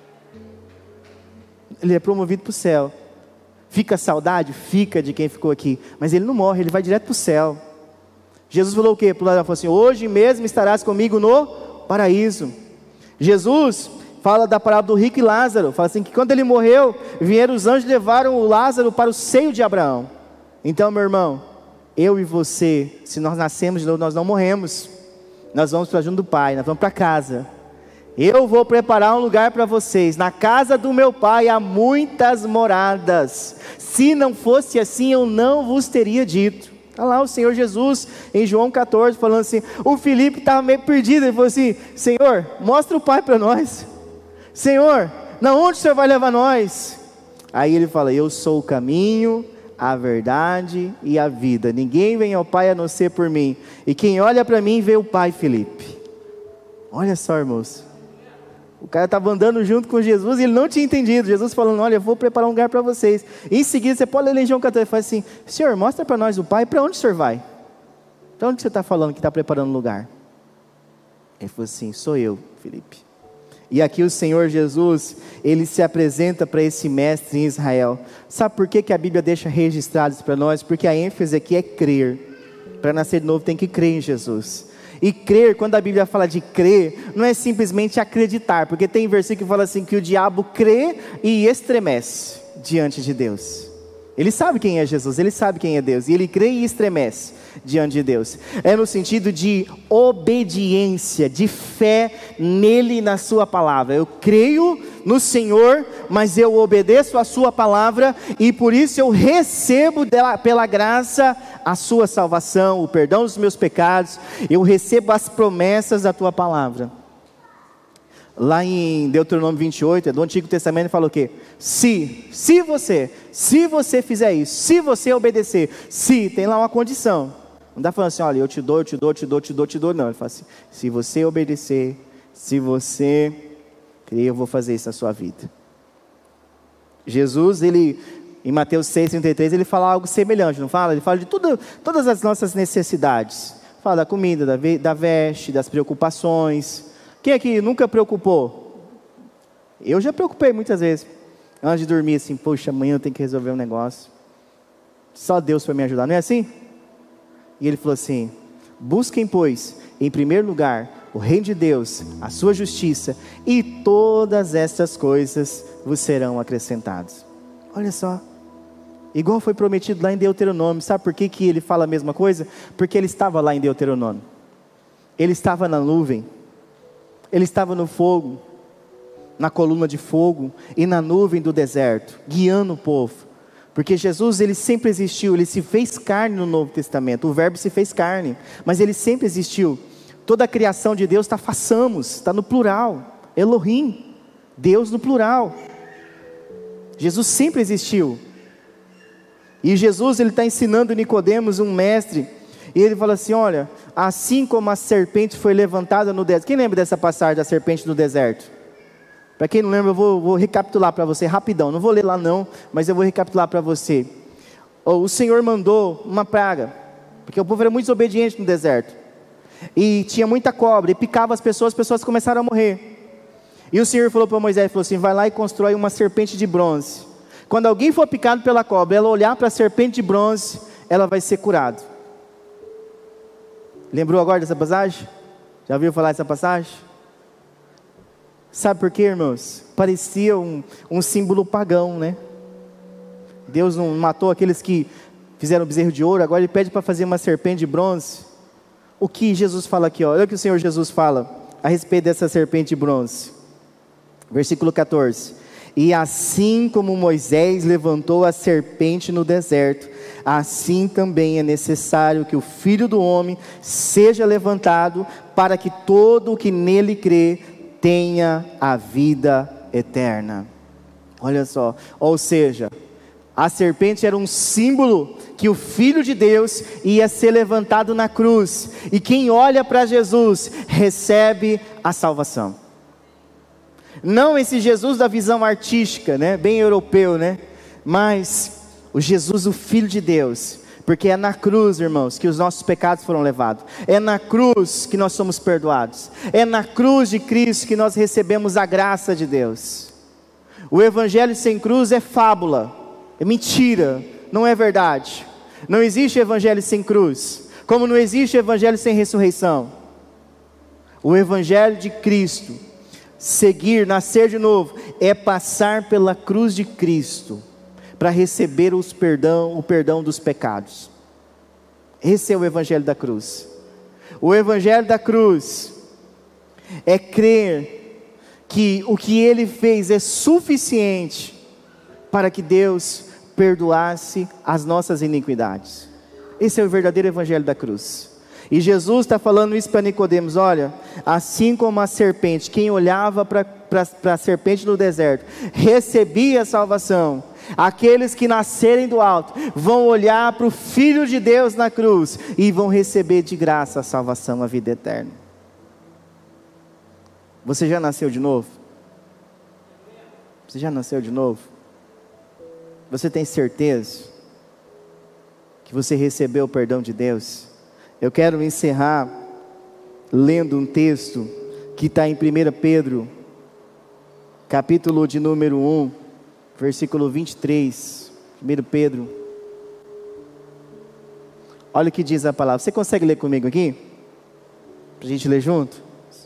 Ele é promovido para o céu. Fica saudade? Fica de quem ficou aqui, mas ele não morre, ele vai direto para o céu. Jesus falou o quê? Ele falou assim, hoje mesmo estarás comigo no paraíso. Jesus fala da parábola do rico e Lázaro, fala assim, que quando ele morreu, vieram os anjos e levaram o Lázaro para o seio de Abraão. Então, meu irmão, eu e você, se nós nascemos de novo, nós não morremos, nós vamos para junto do Pai, nós vamos para casa. Eu vou preparar um lugar para vocês, na casa do meu Pai há muitas moradas, se não fosse assim eu não vos teria dito. Está lá o Senhor Jesus em João catorze falando assim, o Filipe estava meio perdido, ele falou assim, Senhor, mostra o Pai para nós, Senhor, na onde o Senhor vai levar nós? Aí ele fala, eu sou o caminho, a verdade e a vida, ninguém vem ao Pai a não ser por mim, e quem olha para mim vê o Pai, Filipe. Olha só, irmãos, o cara estava andando junto com Jesus e ele não tinha entendido, Jesus falando, olha, eu vou preparar um lugar para vocês, e em seguida você pode ler em João catorze, ele fala assim, Senhor, mostra para nós o Pai, para onde o Senhor vai? Para onde você está falando que está preparando um lugar? Ele falou assim, sou eu, Filipe. E aqui o Senhor Jesus, ele se apresenta para esse mestre em Israel. Sabe por que que a Bíblia deixa registrado isso para nós? Porque a ênfase aqui é crer. Para nascer de novo tem que crer em Jesus. E crer, quando a Bíblia fala de crer, não é simplesmente acreditar, porque tem versículo que fala assim, que o diabo crê e estremece diante de Deus. Ele sabe quem é Jesus, ele sabe quem é Deus, e ele crê e estremece diante de Deus. É no sentido de obediência, de fé nele e na sua palavra. Eu creio no Senhor, mas eu obedeço a sua palavra, e por isso eu recebo dela, pela graça a sua salvação, o perdão dos meus pecados, eu recebo as promessas da tua palavra. Lá em Deuteronômio vinte e oito, do Antigo Testamento, fala o quê? Se, se você, se você fizer isso, se você obedecer, se, tem lá uma condição. Não dá falando assim, olha, eu te dou, eu te dou, eu te dou, eu te dou, eu te dou, não. Ele fala assim, se você obedecer, se você crer, eu vou fazer isso na sua vida. Jesus, ele, em Mateus seis, trinta e três, ele fala algo semelhante, não fala? Ele fala de tudo, todas as nossas necessidades. Fala da comida, da, da veste, das preocupações. Quem aqui nunca preocupou? Eu já preocupei muitas vezes. Antes de dormir assim, poxa, amanhã eu tenho que resolver um negócio. Só Deus para me ajudar, não é assim? E ele falou assim, busquem pois, em primeiro lugar, o reino de Deus, a sua justiça, e todas estas coisas vos serão acrescentadas. Olha só, igual foi prometido lá em Deuteronômio. Sabe por que que ele fala a mesma coisa? Porque ele estava lá em Deuteronômio. Ele estava na nuvem. Ele estava no fogo, na coluna de fogo e na nuvem do deserto, guiando o povo. Porque Jesus, ele sempre existiu, ele se fez carne no Novo Testamento, o verbo se fez carne, mas ele sempre existiu. Toda a criação de Deus está façamos, está no plural, Elohim, Deus no plural. Jesus sempre existiu. E Jesus, ele está ensinando Nicodemos, um mestre, e ele fala assim, olha, assim como a serpente foi levantada no deserto. Quem lembra dessa passagem da serpente no deserto? Para quem não lembra, eu vou, vou recapitular para você rapidão. Não vou ler lá não, mas eu vou recapitular para você. Oh, o Senhor mandou uma praga, porque o povo era muito desobediente no deserto. E tinha muita cobra, e picava as pessoas, as pessoas começaram a morrer. E o Senhor falou para Moisés, falou assim, vai lá e constrói uma serpente de bronze. Quando alguém for picado pela cobra, ela olhar para a serpente de bronze, ela vai ser curada. Lembrou agora dessa passagem? Já ouviu falar dessa passagem? Sabe por quê, irmãos? Parecia um, um símbolo pagão, né? Deus não matou aqueles que fizeram o bezerro de ouro, agora ele pede para fazer uma serpente de bronze. O que Jesus fala aqui, ó, olha o que o Senhor Jesus fala a respeito dessa serpente de bronze. Versículo catorze. E assim como Moisés levantou a serpente no deserto, assim também é necessário que o Filho do Homem seja levantado, para que todo o que nele crê tenha a vida eterna. Olha só, ou seja, a serpente era um símbolo que o Filho de Deus ia ser levantado na cruz, e quem olha para Jesus recebe a salvação. Não esse Jesus da visão artística, né? Bem europeu, né? Mas o Jesus, o Filho de Deus, porque é na cruz, irmãos, que os nossos pecados foram levados, é na cruz que nós somos perdoados, é na cruz de Cristo que nós recebemos a graça de Deus. O evangelho sem cruz é fábula, é mentira, não é verdade. Não existe evangelho sem cruz, Como não existe evangelho sem ressurreição, o evangelho de Cristo, seguir, nascer de novo, é passar pela cruz de Cristo, para receber os perdão, o perdão dos pecados. Esse é o evangelho da cruz. O evangelho da cruz é crer que o que Ele fez é suficiente para que Deus perdoasse as nossas iniquidades. Esse é o verdadeiro evangelho da cruz. E Jesus está falando isso para Nicodemos: olha, assim como a serpente, quem olhava para a serpente no deserto, recebia a salvação, aqueles que nascerem do alto, vão olhar para o Filho de Deus na cruz, e vão receber de graça a salvação, a vida eterna. Você já nasceu de novo? Você já nasceu de novo? Você tem certeza que você recebeu o perdão de Deus? Eu quero encerrar lendo um texto que está em primeira Pedro, capítulo de número um, versículo vinte e três. primeira Pedro. Olha o que diz a palavra. Você consegue ler comigo aqui? Para a gente ler junto?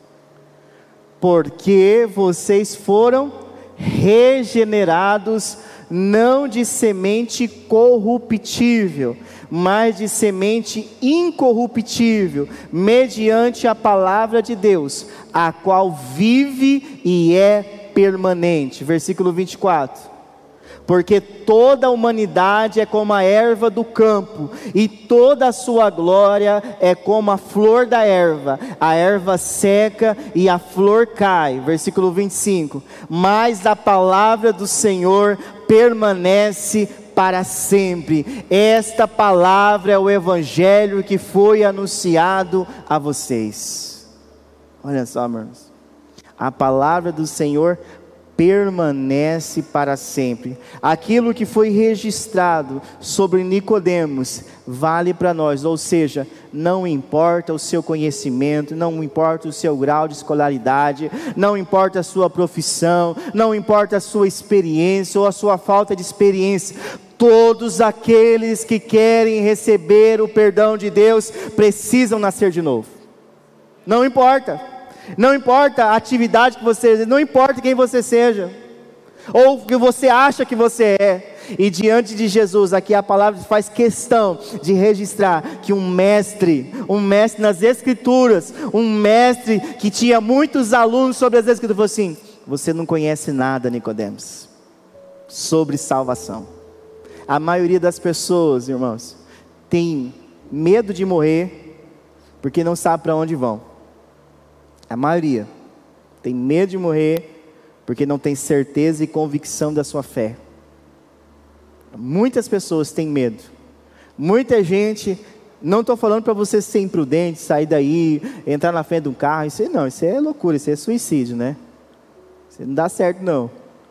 Porque vocês foram regenerados, não de semente corruptível, mas de semente incorruptível, mediante a palavra de Deus, a qual vive e é permanente. Versículo vinte e quatro. Porque toda a humanidade é como a erva do campo, e toda a sua glória é como a flor da erva. A erva seca e a flor cai. Versículo vinte e cinco. Mas a palavra do Senhor permanece para sempre. Esta palavra é o evangelho que foi anunciado a vocês. Olha só, irmãos, a palavra do Senhor permanece para sempre. Aquilo que foi registrado sobre Nicodemos vale para nós, ou seja, não importa o seu conhecimento, não importa o seu grau de escolaridade, não importa a sua profissão, não importa a sua experiência ou a sua falta de experiência. Todos aqueles que querem receber o perdão de Deus precisam nascer de novo. Não importa. Não importa a atividade que você, não importa quem você seja, ou o que você acha que você é. E diante de Jesus, aqui a palavra faz questão de registrar que um mestre, um mestre nas escrituras, um mestre que tinha muitos alunos sobre as escrituras, falou assim: você não conhece nada, Nicodemos, sobre salvação. A maioria das pessoas, irmãos, tem medo de morrer, porque não sabe para onde vão. A maioria tem medo de morrer, porque não tem certeza e convicção da sua fé. Muitas pessoas têm medo. Muita gente, não estou falando para você ser imprudente, sair daí, entrar na frente de um carro, isso aí não, isso é loucura, isso é suicídio, né? Isso não dá certo não.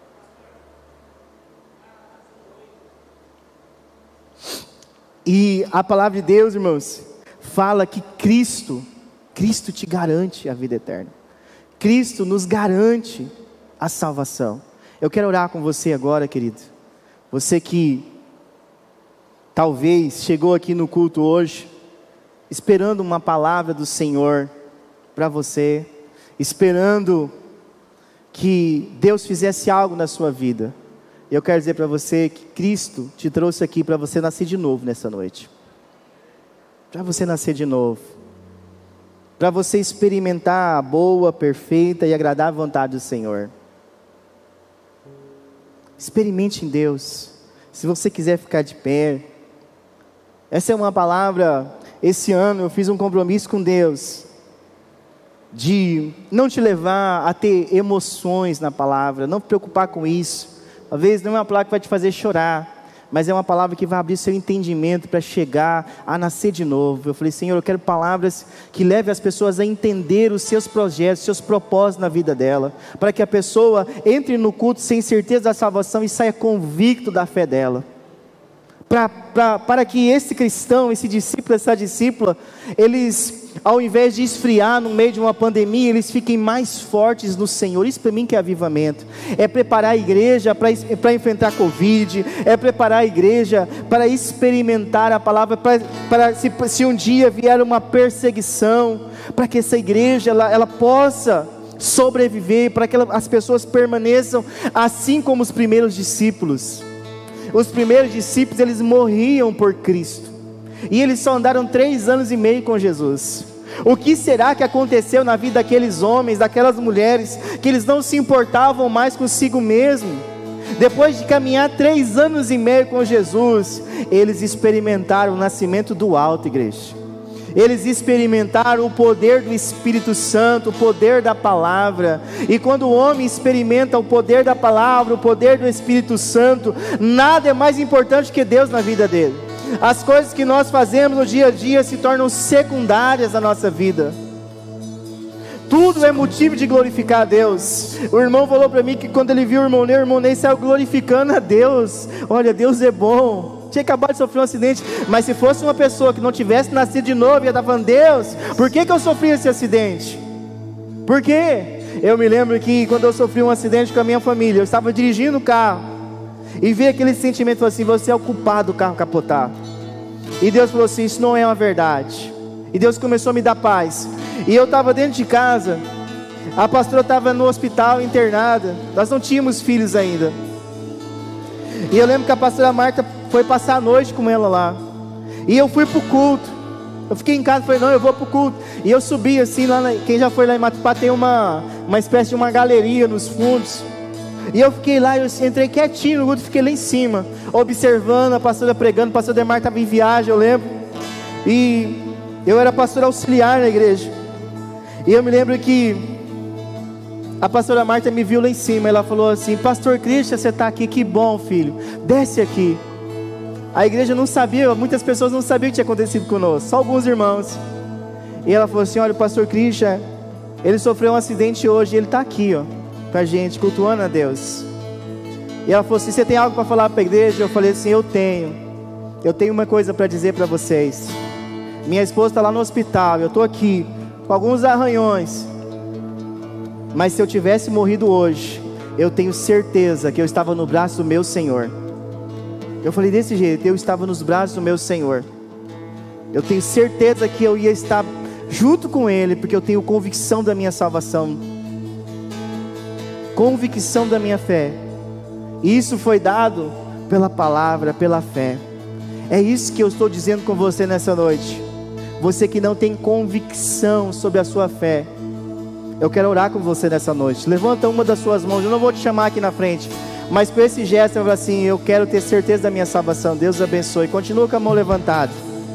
E a palavra de Deus, irmãos, fala que Cristo, Cristo te garante a vida eterna. Cristo nos garante a salvação. Eu quero orar com você agora, querido. Você que talvez chegou aqui no culto hoje, esperando uma palavra do Senhor para você, esperando que Deus fizesse algo na sua vida. Eu quero dizer para você que Cristo te trouxe aqui para você nascer de novo nessa noite. Para você nascer de novo. Para você experimentar a boa, perfeita e agradável vontade do Senhor. Experimente em Deus. Se você quiser ficar de pé. Essa é uma palavra, esse ano eu fiz um compromisso com Deus, de não te levar a ter emoções na palavra, não te preocupar com isso. Talvez não é uma palavra que vai te fazer chorar, mas é uma palavra que vai abrir seu entendimento para chegar a nascer de novo. Eu falei: Senhor, eu quero palavras que levem as pessoas a entender os seus projetos, seus propósitos na vida dela, para que a pessoa entre no culto sem certeza da salvação e saia convicto da fé dela. Pra, pra, para que esse cristão, esse discípulo, essa discípula, eles, ao invés de esfriar no meio de uma pandemia, eles fiquem mais fortes no Senhor. Isso para mim que é avivamento, é preparar a igreja para enfrentar a Covid, é preparar a igreja para experimentar a palavra, para, para se, se um dia vier uma perseguição, para que essa igreja ela, ela possa sobreviver, para que ela, as pessoas permaneçam assim como os primeiros discípulos. Os primeiros discípulos, eles morriam por Cristo, e eles só andaram três anos e meio com Jesus. O que será que aconteceu na vida daqueles homens, daquelas mulheres, que eles não se importavam mais consigo mesmo? Depois de caminhar três anos e meio com Jesus, eles experimentaram o nascimento do alto, igreja. Eles experimentaram o poder do Espírito Santo, o poder da palavra. E quando o homem experimenta o poder da palavra, o poder do Espírito Santo, nada é mais importante que Deus na vida dele. As coisas que nós fazemos no dia a dia se tornam secundárias na nossa vida. Tudo é motivo de glorificar a Deus. O irmão falou para mim que quando ele viu o irmão Ney, o irmão Ney saiu glorificando a Deus. Olha, Deus é bom. Tinha acabado de sofrer um acidente, mas se fosse uma pessoa que não tivesse nascido de novo, ia estar falando: Deus, por que que eu sofri esse acidente? Por quê? Eu me lembro que quando eu sofri um acidente com a minha família, eu estava dirigindo o carro, e vi aquele sentimento assim: você é o culpado do carro capotar. E Deus falou assim: isso não é uma verdade. E Deus começou a me dar paz. E eu estava dentro de casa, a pastora estava no hospital internada, nós não tínhamos filhos ainda. E eu lembro que a pastora Marta foi passar a noite com ela lá, e eu fui para o culto. Eu fiquei em casa e falei: não, eu vou para o culto. E eu subi assim, lá na, quem já foi lá em Matupá, tem uma, uma espécie de uma galeria nos fundos. E eu fiquei lá, eu entrei quietinho no culto, fiquei lá em cima, observando a pastora pregando. A pastora Demar estava em viagem, eu lembro, e eu era pastor auxiliar na igreja. E eu me lembro que a pastora Marta me viu lá em cima, ela falou assim: pastor Christian, você está aqui, que bom, filho, desce aqui. A igreja não sabia, muitas pessoas não sabiam o que tinha acontecido conosco, só alguns irmãos. E ela falou assim: olha, o pastor Christian, ele sofreu um acidente hoje, ele está aqui, ó, com a gente, cultuando a Deus. E ela falou assim: você tem algo para falar para a igreja? Eu falei assim: eu tenho, eu tenho uma coisa para dizer para vocês. Minha esposa está lá no hospital, eu estou aqui, com alguns arranhões, mas se eu tivesse morrido hoje, eu tenho certeza que eu estava no braço do meu Senhor. Eu falei desse jeito: eu estava nos braços do meu Senhor. Eu tenho certeza que eu ia estar junto com Ele, porque eu tenho convicção da minha salvação, convicção da minha fé. E isso foi dado pela palavra, pela fé. É isso que eu estou dizendo com você nessa noite. Você que não tem convicção sobre a sua fé, eu quero orar com você nessa noite. Levanta uma das suas mãos. Eu não vou te chamar aqui na frente, mas por esse gesto eu falo assim: eu quero ter certeza da minha salvação. Deus abençoe. Continua com a mão levantada.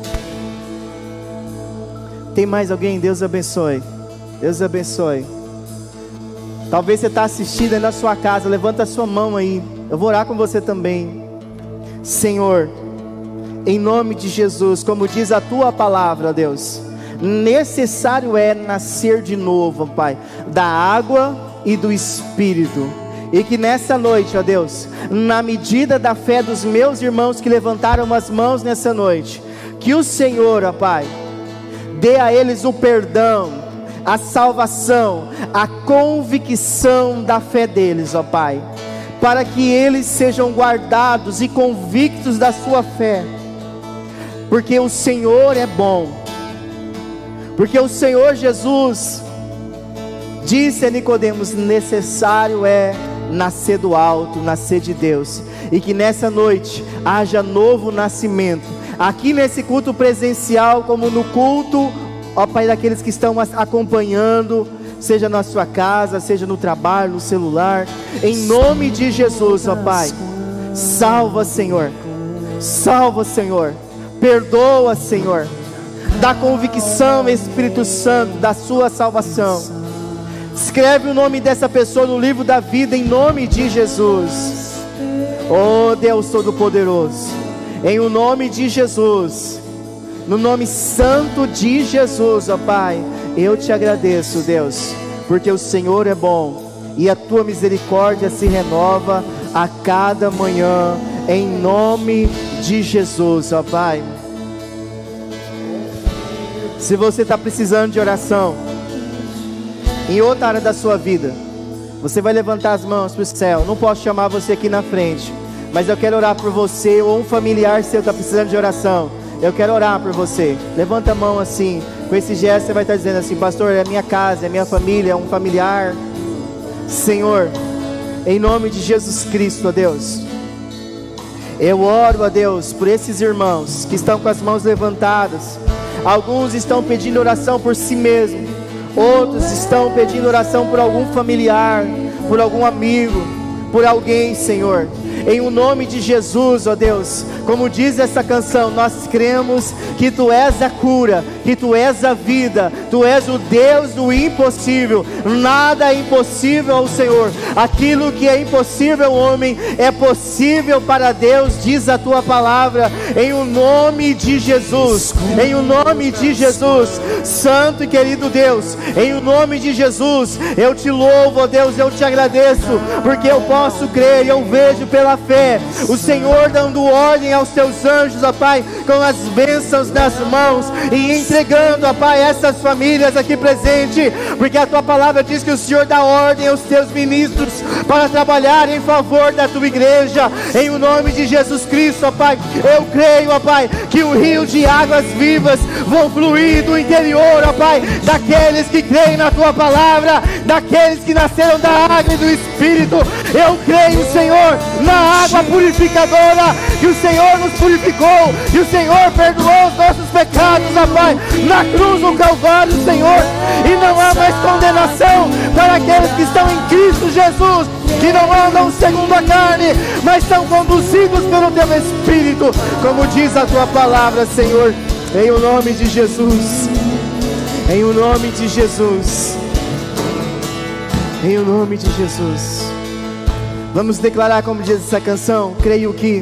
Tem mais alguém? Deus abençoe. Deus abençoe. Talvez você está assistindo aí na sua casa. Levanta a sua mão aí, eu vou orar com você também. Senhor, em nome de Jesus, como diz a tua palavra, Deus, necessário é nascer de novo, Pai, da água e do Espírito. E que nessa noite, ó Deus, na medida da fé dos meus irmãos que levantaram as mãos nessa noite, que o Senhor, ó Pai, dê a eles o perdão, a salvação, a convicção da fé deles, ó Pai, para que eles sejam guardados e convictos da sua fé, porque o Senhor é bom, porque o Senhor Jesus disse a Nicodemos: necessário é nascer do alto, nascer de Deus. E que nessa noite haja novo nascimento, aqui nesse culto presencial, como no culto, ó Pai, daqueles que estão acompanhando, seja na sua casa, seja no trabalho, no celular, em nome de Jesus, ó Pai. Salva, Senhor, salva, Senhor, perdoa, Senhor, dá convicção, Espírito Santo, da sua salvação. Escreve o nome dessa pessoa no livro da vida, em nome de Jesus. Oh Deus Todo-Poderoso, em o nome de Jesus, no nome santo de Jesus, ó Pai, eu te agradeço, Deus, porque o Senhor é bom e a tua misericórdia se renova a cada manhã, em nome de Jesus, ó Pai. Se você está precisando de oração em outra área da sua vida, você vai levantar as mãos para o céu. Não posso chamar você aqui na frente, mas eu quero orar por você, ou um familiar seu está precisando de oração. Eu quero orar por você. Levanta a mão assim, com esse gesto você vai estar dizendo assim: pastor, é minha casa, é minha família, é um familiar. Senhor, em nome de Jesus Cristo, ó Deus, eu oro, ó Deus, por esses irmãos que estão com as mãos levantadas. Alguns estão pedindo oração por si mesmos, outros estão pedindo oração por algum familiar, por algum amigo, por alguém, Senhor. Em o nome de Jesus, ó Deus, como diz essa canção, nós cremos que Tu és a cura, que Tu és a vida, Tu és o Deus do impossível. Nada é impossível ao Senhor. Aquilo que é impossível ao homem é possível para Deus, diz a Tua palavra. Em o nome de Jesus, em o nome de Jesus, Santo e querido Deus, em o nome de Jesus, eu Te louvo, ó Deus, eu Te agradeço, porque eu posso crer, eu vejo pela fé o Senhor dando ordem aos Teus anjos, ó Pai, com as bênçãos nas mãos, e entregando, ó Pai, essas famílias aqui presentes, porque a Tua palavra diz que o Senhor dá ordem aos Teus ministros para trabalhar em favor da Tua igreja. Em o nome de Jesus Cristo, ó Pai, eu creio, ó Pai, que o rio de águas vivas vão fluir do interior, ó Pai, daqueles que creem na Tua palavra, daqueles que nasceram da água e do Espírito. Eu creio, Senhor, na água purificadora, que o Senhor nos purificou, e o Senhor perdoou os nossos pecados, ó Pai, na cruz do Calvário, Senhor, e não há mais condenação para aqueles que estão em Cristo Jesus, que não andam segundo a carne, mas são conduzidos pelo Teu Espírito, como diz a Tua palavra, Senhor. Em o nome de Jesus, em o nome de Jesus, em o nome de Jesus. Vamos declarar como diz essa canção: creio que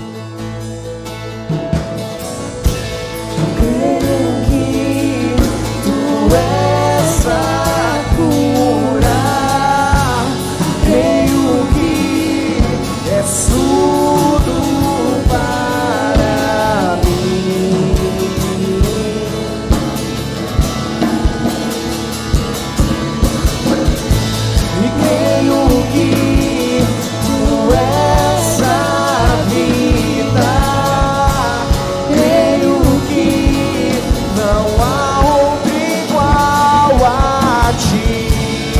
Creio que Tu és a cura, creio que és tudo para mim. E creio que Tu és a vida, creio que não há outro igual a Ti.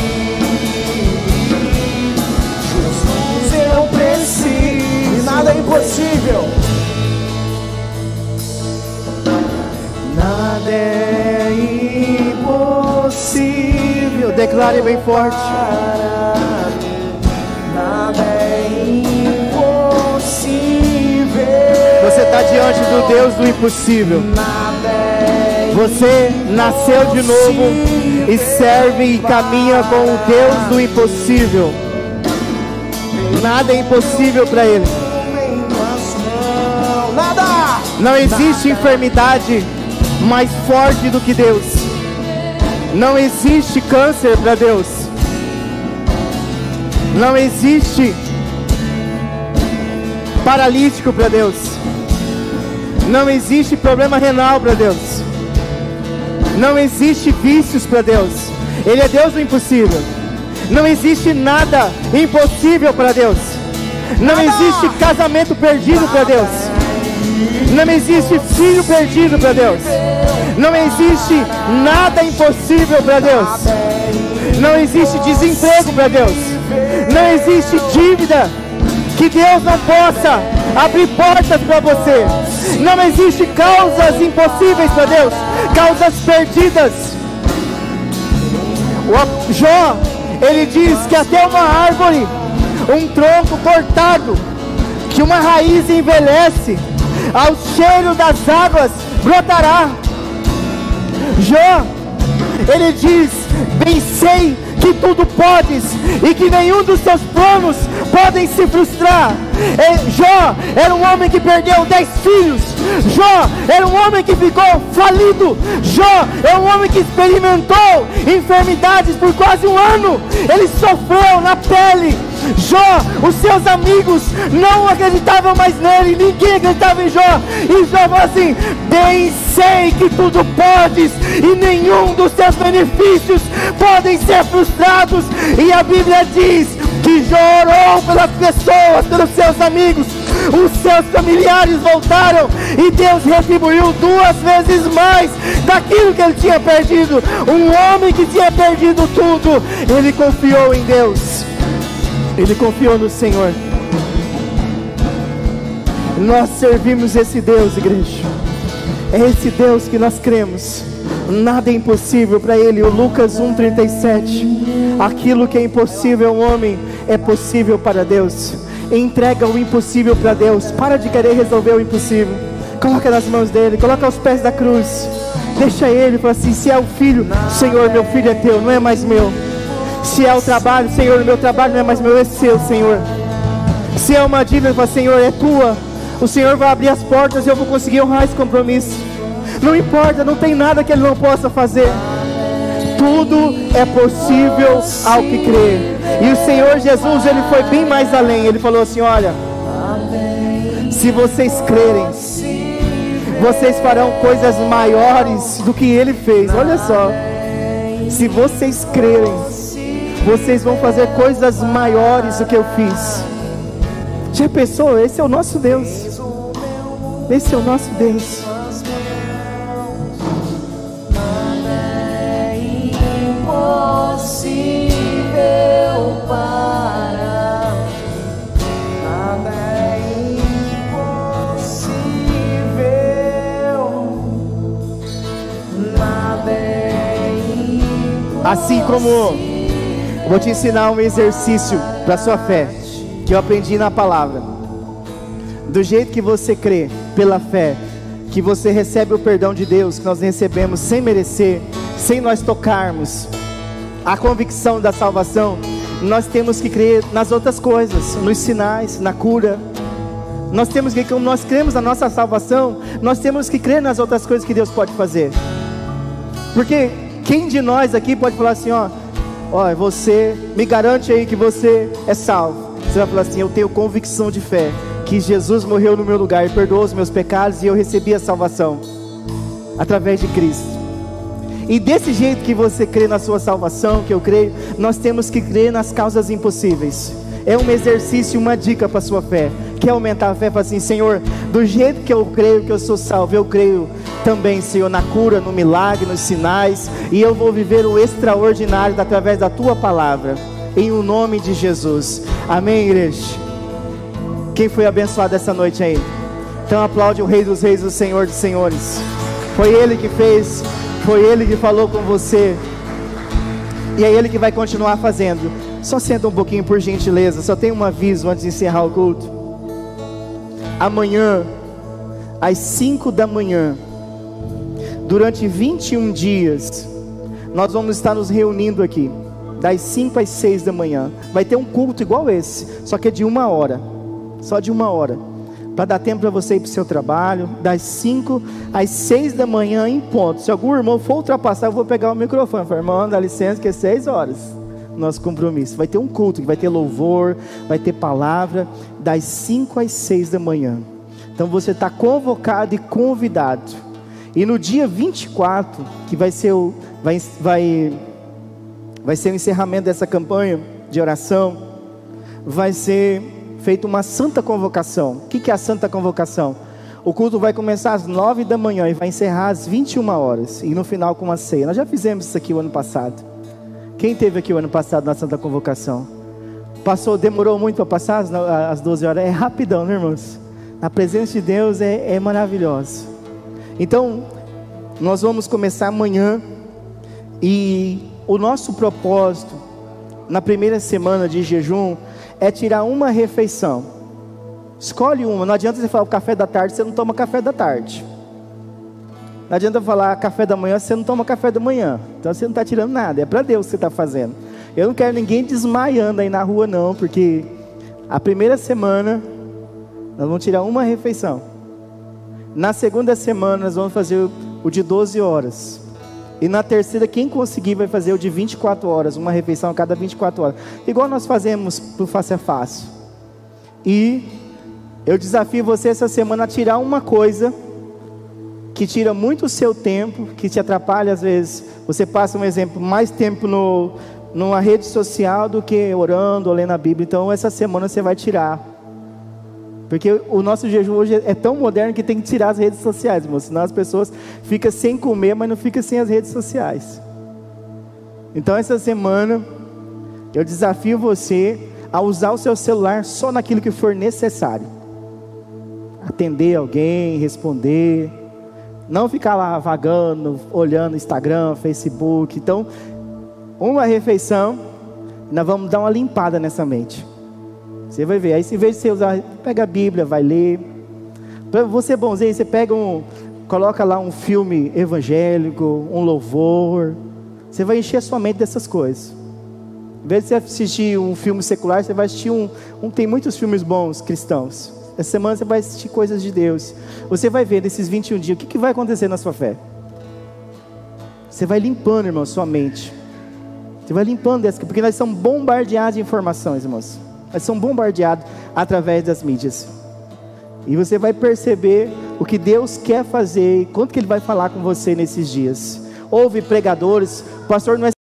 Jesus, eu preciso, e nada é impossível. nada é impossível. Declare bem forte. Nada é impossível. Você está diante do Deus do impossível. Nada é Você nasceu de novo e serve e caminha com o Deus do impossível. Nada é impossível para Ele. em tuas mãos. Nada. Não existe enfermidade mais forte do que Deus. Não existe câncer para Deus. Não existe paralítico para Deus. Não existe problema renal para Deus. Não existe vícios para Deus. Ele é Deus do impossível. Não existe nada impossível para Deus. Não existe casamento perdido para Deus. Não existe filho perdido para Deus. Não existe nada impossível para Deus. Não existe desemprego para Deus. Não existe dívida que Deus não possa abrir portas para você. Não existe causas impossíveis para Deus, causas perdidas. O Jó, ele diz que até uma árvore, um tronco cortado, que uma raiz envelhece, ao cheiro das águas brotará. Jó, ele diz: bem sei que tudo podes e que nenhum dos teus planos podem se frustrar. E Jó era um homem que perdeu dez filhos. Jó era um homem que ficou falido. Jó é um homem que experimentou enfermidades por quase um ano. Ele sofreu na pele Jó, os seus amigos não acreditavam mais nele, ninguém acreditava em Jó. E Jó falou assim: bem sei que tudo podes, e nenhum dos teus benefícios podem ser frustrados. E a Bíblia diz que Jó orou pelas pessoas, pelos seus amigos. Os seus familiares voltaram e Deus retribuiu duas vezes mais daquilo que ele tinha perdido. Um homem que tinha perdido tudo, ele confiou em Deus, ele confiou no Senhor. Nós servimos esse Deus, igreja. É esse Deus que nós cremos. Nada é impossível para Ele. O Lucas um, trinta e sete. Aquilo que é impossível ao homem é possível para Deus. Entrega o impossível para Deus. Para de querer resolver o impossível. Coloca nas mãos dele, coloca aos pés da cruz. Deixa Ele, fala assim: se é o filho, Senhor, meu filho é teu, não é mais meu. Se é o trabalho, Senhor, meu trabalho não é mais meu, é seu, Senhor. Se é uma dívida, fala: Senhor, é tua. O Senhor vai abrir as portas e eu vou conseguir honrar esse compromisso. Não importa, não tem nada que Ele não possa fazer. Tudo é possível ao que crê. E o Senhor Jesus, Ele foi bem mais além. Ele falou assim: olha, se vocês crerem, vocês farão coisas maiores do que Ele fez. Olha só, se vocês crerem, vocês vão fazer coisas maiores do que eu fiz. Já pensou? Esse é o nosso Deus. Esse é o nosso Deus. Assim como eu vou te ensinar um exercício para a sua fé, que eu aprendi na palavra. Do jeito que você crê, pela fé, que você recebe o perdão de Deus, que nós recebemos sem merecer, sem nós tocarmos, a convicção da salvação, nós temos que crer nas outras coisas, nos sinais, na cura. Nós temos que, como nós cremos na nossa salvação, nós temos que crer nas outras coisas que Deus pode fazer. Porque quem de nós aqui pode falar assim: ó, ó, você me garante aí que você é salvo? Você vai falar assim: eu tenho convicção de fé que Jesus morreu no meu lugar e perdoou os meus pecados, e eu recebi a salvação através de Cristo. E desse jeito que você crê na sua salvação, que eu creio, nós temos que crer nas causas impossíveis. É um exercício, uma dica para a sua fé. Quer aumentar a fé? Fala assim: Senhor, do jeito que eu creio que eu sou salvo, eu creio também, Senhor, na cura, no milagre, nos sinais, e eu vou viver o extraordinário através da Tua palavra, em o nome de Jesus. Amém, igreja? Quem foi abençoado essa noite aí? Então aplaude o Rei dos Reis, o Senhor dos Senhores. Foi Ele que fez, foi Ele que falou com você, e é Ele que vai continuar fazendo. Só senta um pouquinho, por gentileza. Só tem um aviso antes de encerrar o culto. Amanhã, às cinco da manhã, durante vinte e um dias, nós vamos estar nos reunindo aqui, das cinco às seis da manhã. Vai ter um culto igual esse, só que é de uma hora, só de uma hora, para dar tempo para você ir para o seu trabalho, das cinco às seis da manhã em ponto. Se algum irmão for ultrapassar, eu vou pegar o microfone. Falo: irmão, dá licença que é seis horas, nosso compromisso. Vai ter um culto, que vai ter louvor, vai ter palavra, das cinco às seis da manhã. Então você está convocado e convidado. E no dia vinte e quatro, que vai ser o, vai, vai, vai ser o encerramento dessa campanha de oração, vai ser feita uma santa convocação. O que, que é a santa convocação? O culto vai começar às nove da manhã e vai encerrar às vinte e uma horas, e no final com uma ceia. Nós já fizemos isso aqui o ano passado. Quem teve aqui o ano passado na santa convocação? Passou, demorou muito para passar as, as doze horas? É rapidão, né, irmãos? A presença de Deus é, é maravilhosa. Então, nós vamos começar amanhã, e o nosso propósito, na primeira semana de jejum, é tirar uma refeição. Escolhe uma. Não adianta você falar o café da tarde, você não toma café da tarde. Não adianta falar café da manhã, você não toma café da manhã. Então você não está tirando nada, é para Deus que você está fazendo. Eu não quero ninguém desmaiando aí na rua não, porque a primeira semana nós vamos tirar uma refeição. Na segunda semana nós vamos fazer o de doze horas. E na terceira, quem conseguir vai fazer o de vinte e quatro horas, uma refeição a cada vinte e quatro horas. Igual nós fazemos para o Face a Face. E eu desafio você essa semana a tirar uma coisa que tira muito o seu tempo, que te atrapalha às vezes. Você passa, um exemplo, mais tempo no, numa rede social do que orando ou lendo a Bíblia. Então essa semana você vai tirar. Porque o nosso jejum hoje é tão moderno que tem que tirar as redes sociais, irmão. Senão as pessoas ficam sem comer, mas não ficam sem as redes sociais. Então essa semana eu desafio você a usar o seu celular só naquilo que for necessário. Atender alguém, responder. Não ficar lá vagando, olhando Instagram, Facebook. Então, uma refeição, nós vamos dar uma limpada nessa mente. Você vai ver, aí em vez de você usar, pega a Bíblia, vai ler. Para você bonzinho, você pega um, coloca lá um filme evangélico, um louvor. Você vai encher a sua mente dessas coisas. Em vez de você assistir um filme secular, você vai assistir um, um tem muitos filmes bons cristãos. Essa semana você vai assistir coisas de Deus. Você vai ver nesses vinte e um dias, o que, que vai acontecer na sua fé? Você vai limpando, irmão, sua mente. Você vai limpando essa, porque nós somos bombardeados de informações, irmãos. Nós somos bombardeados através das mídias. E você vai perceber o que Deus quer fazer e quanto que Ele vai falar com você nesses dias. Houve pregadores, o pastor não é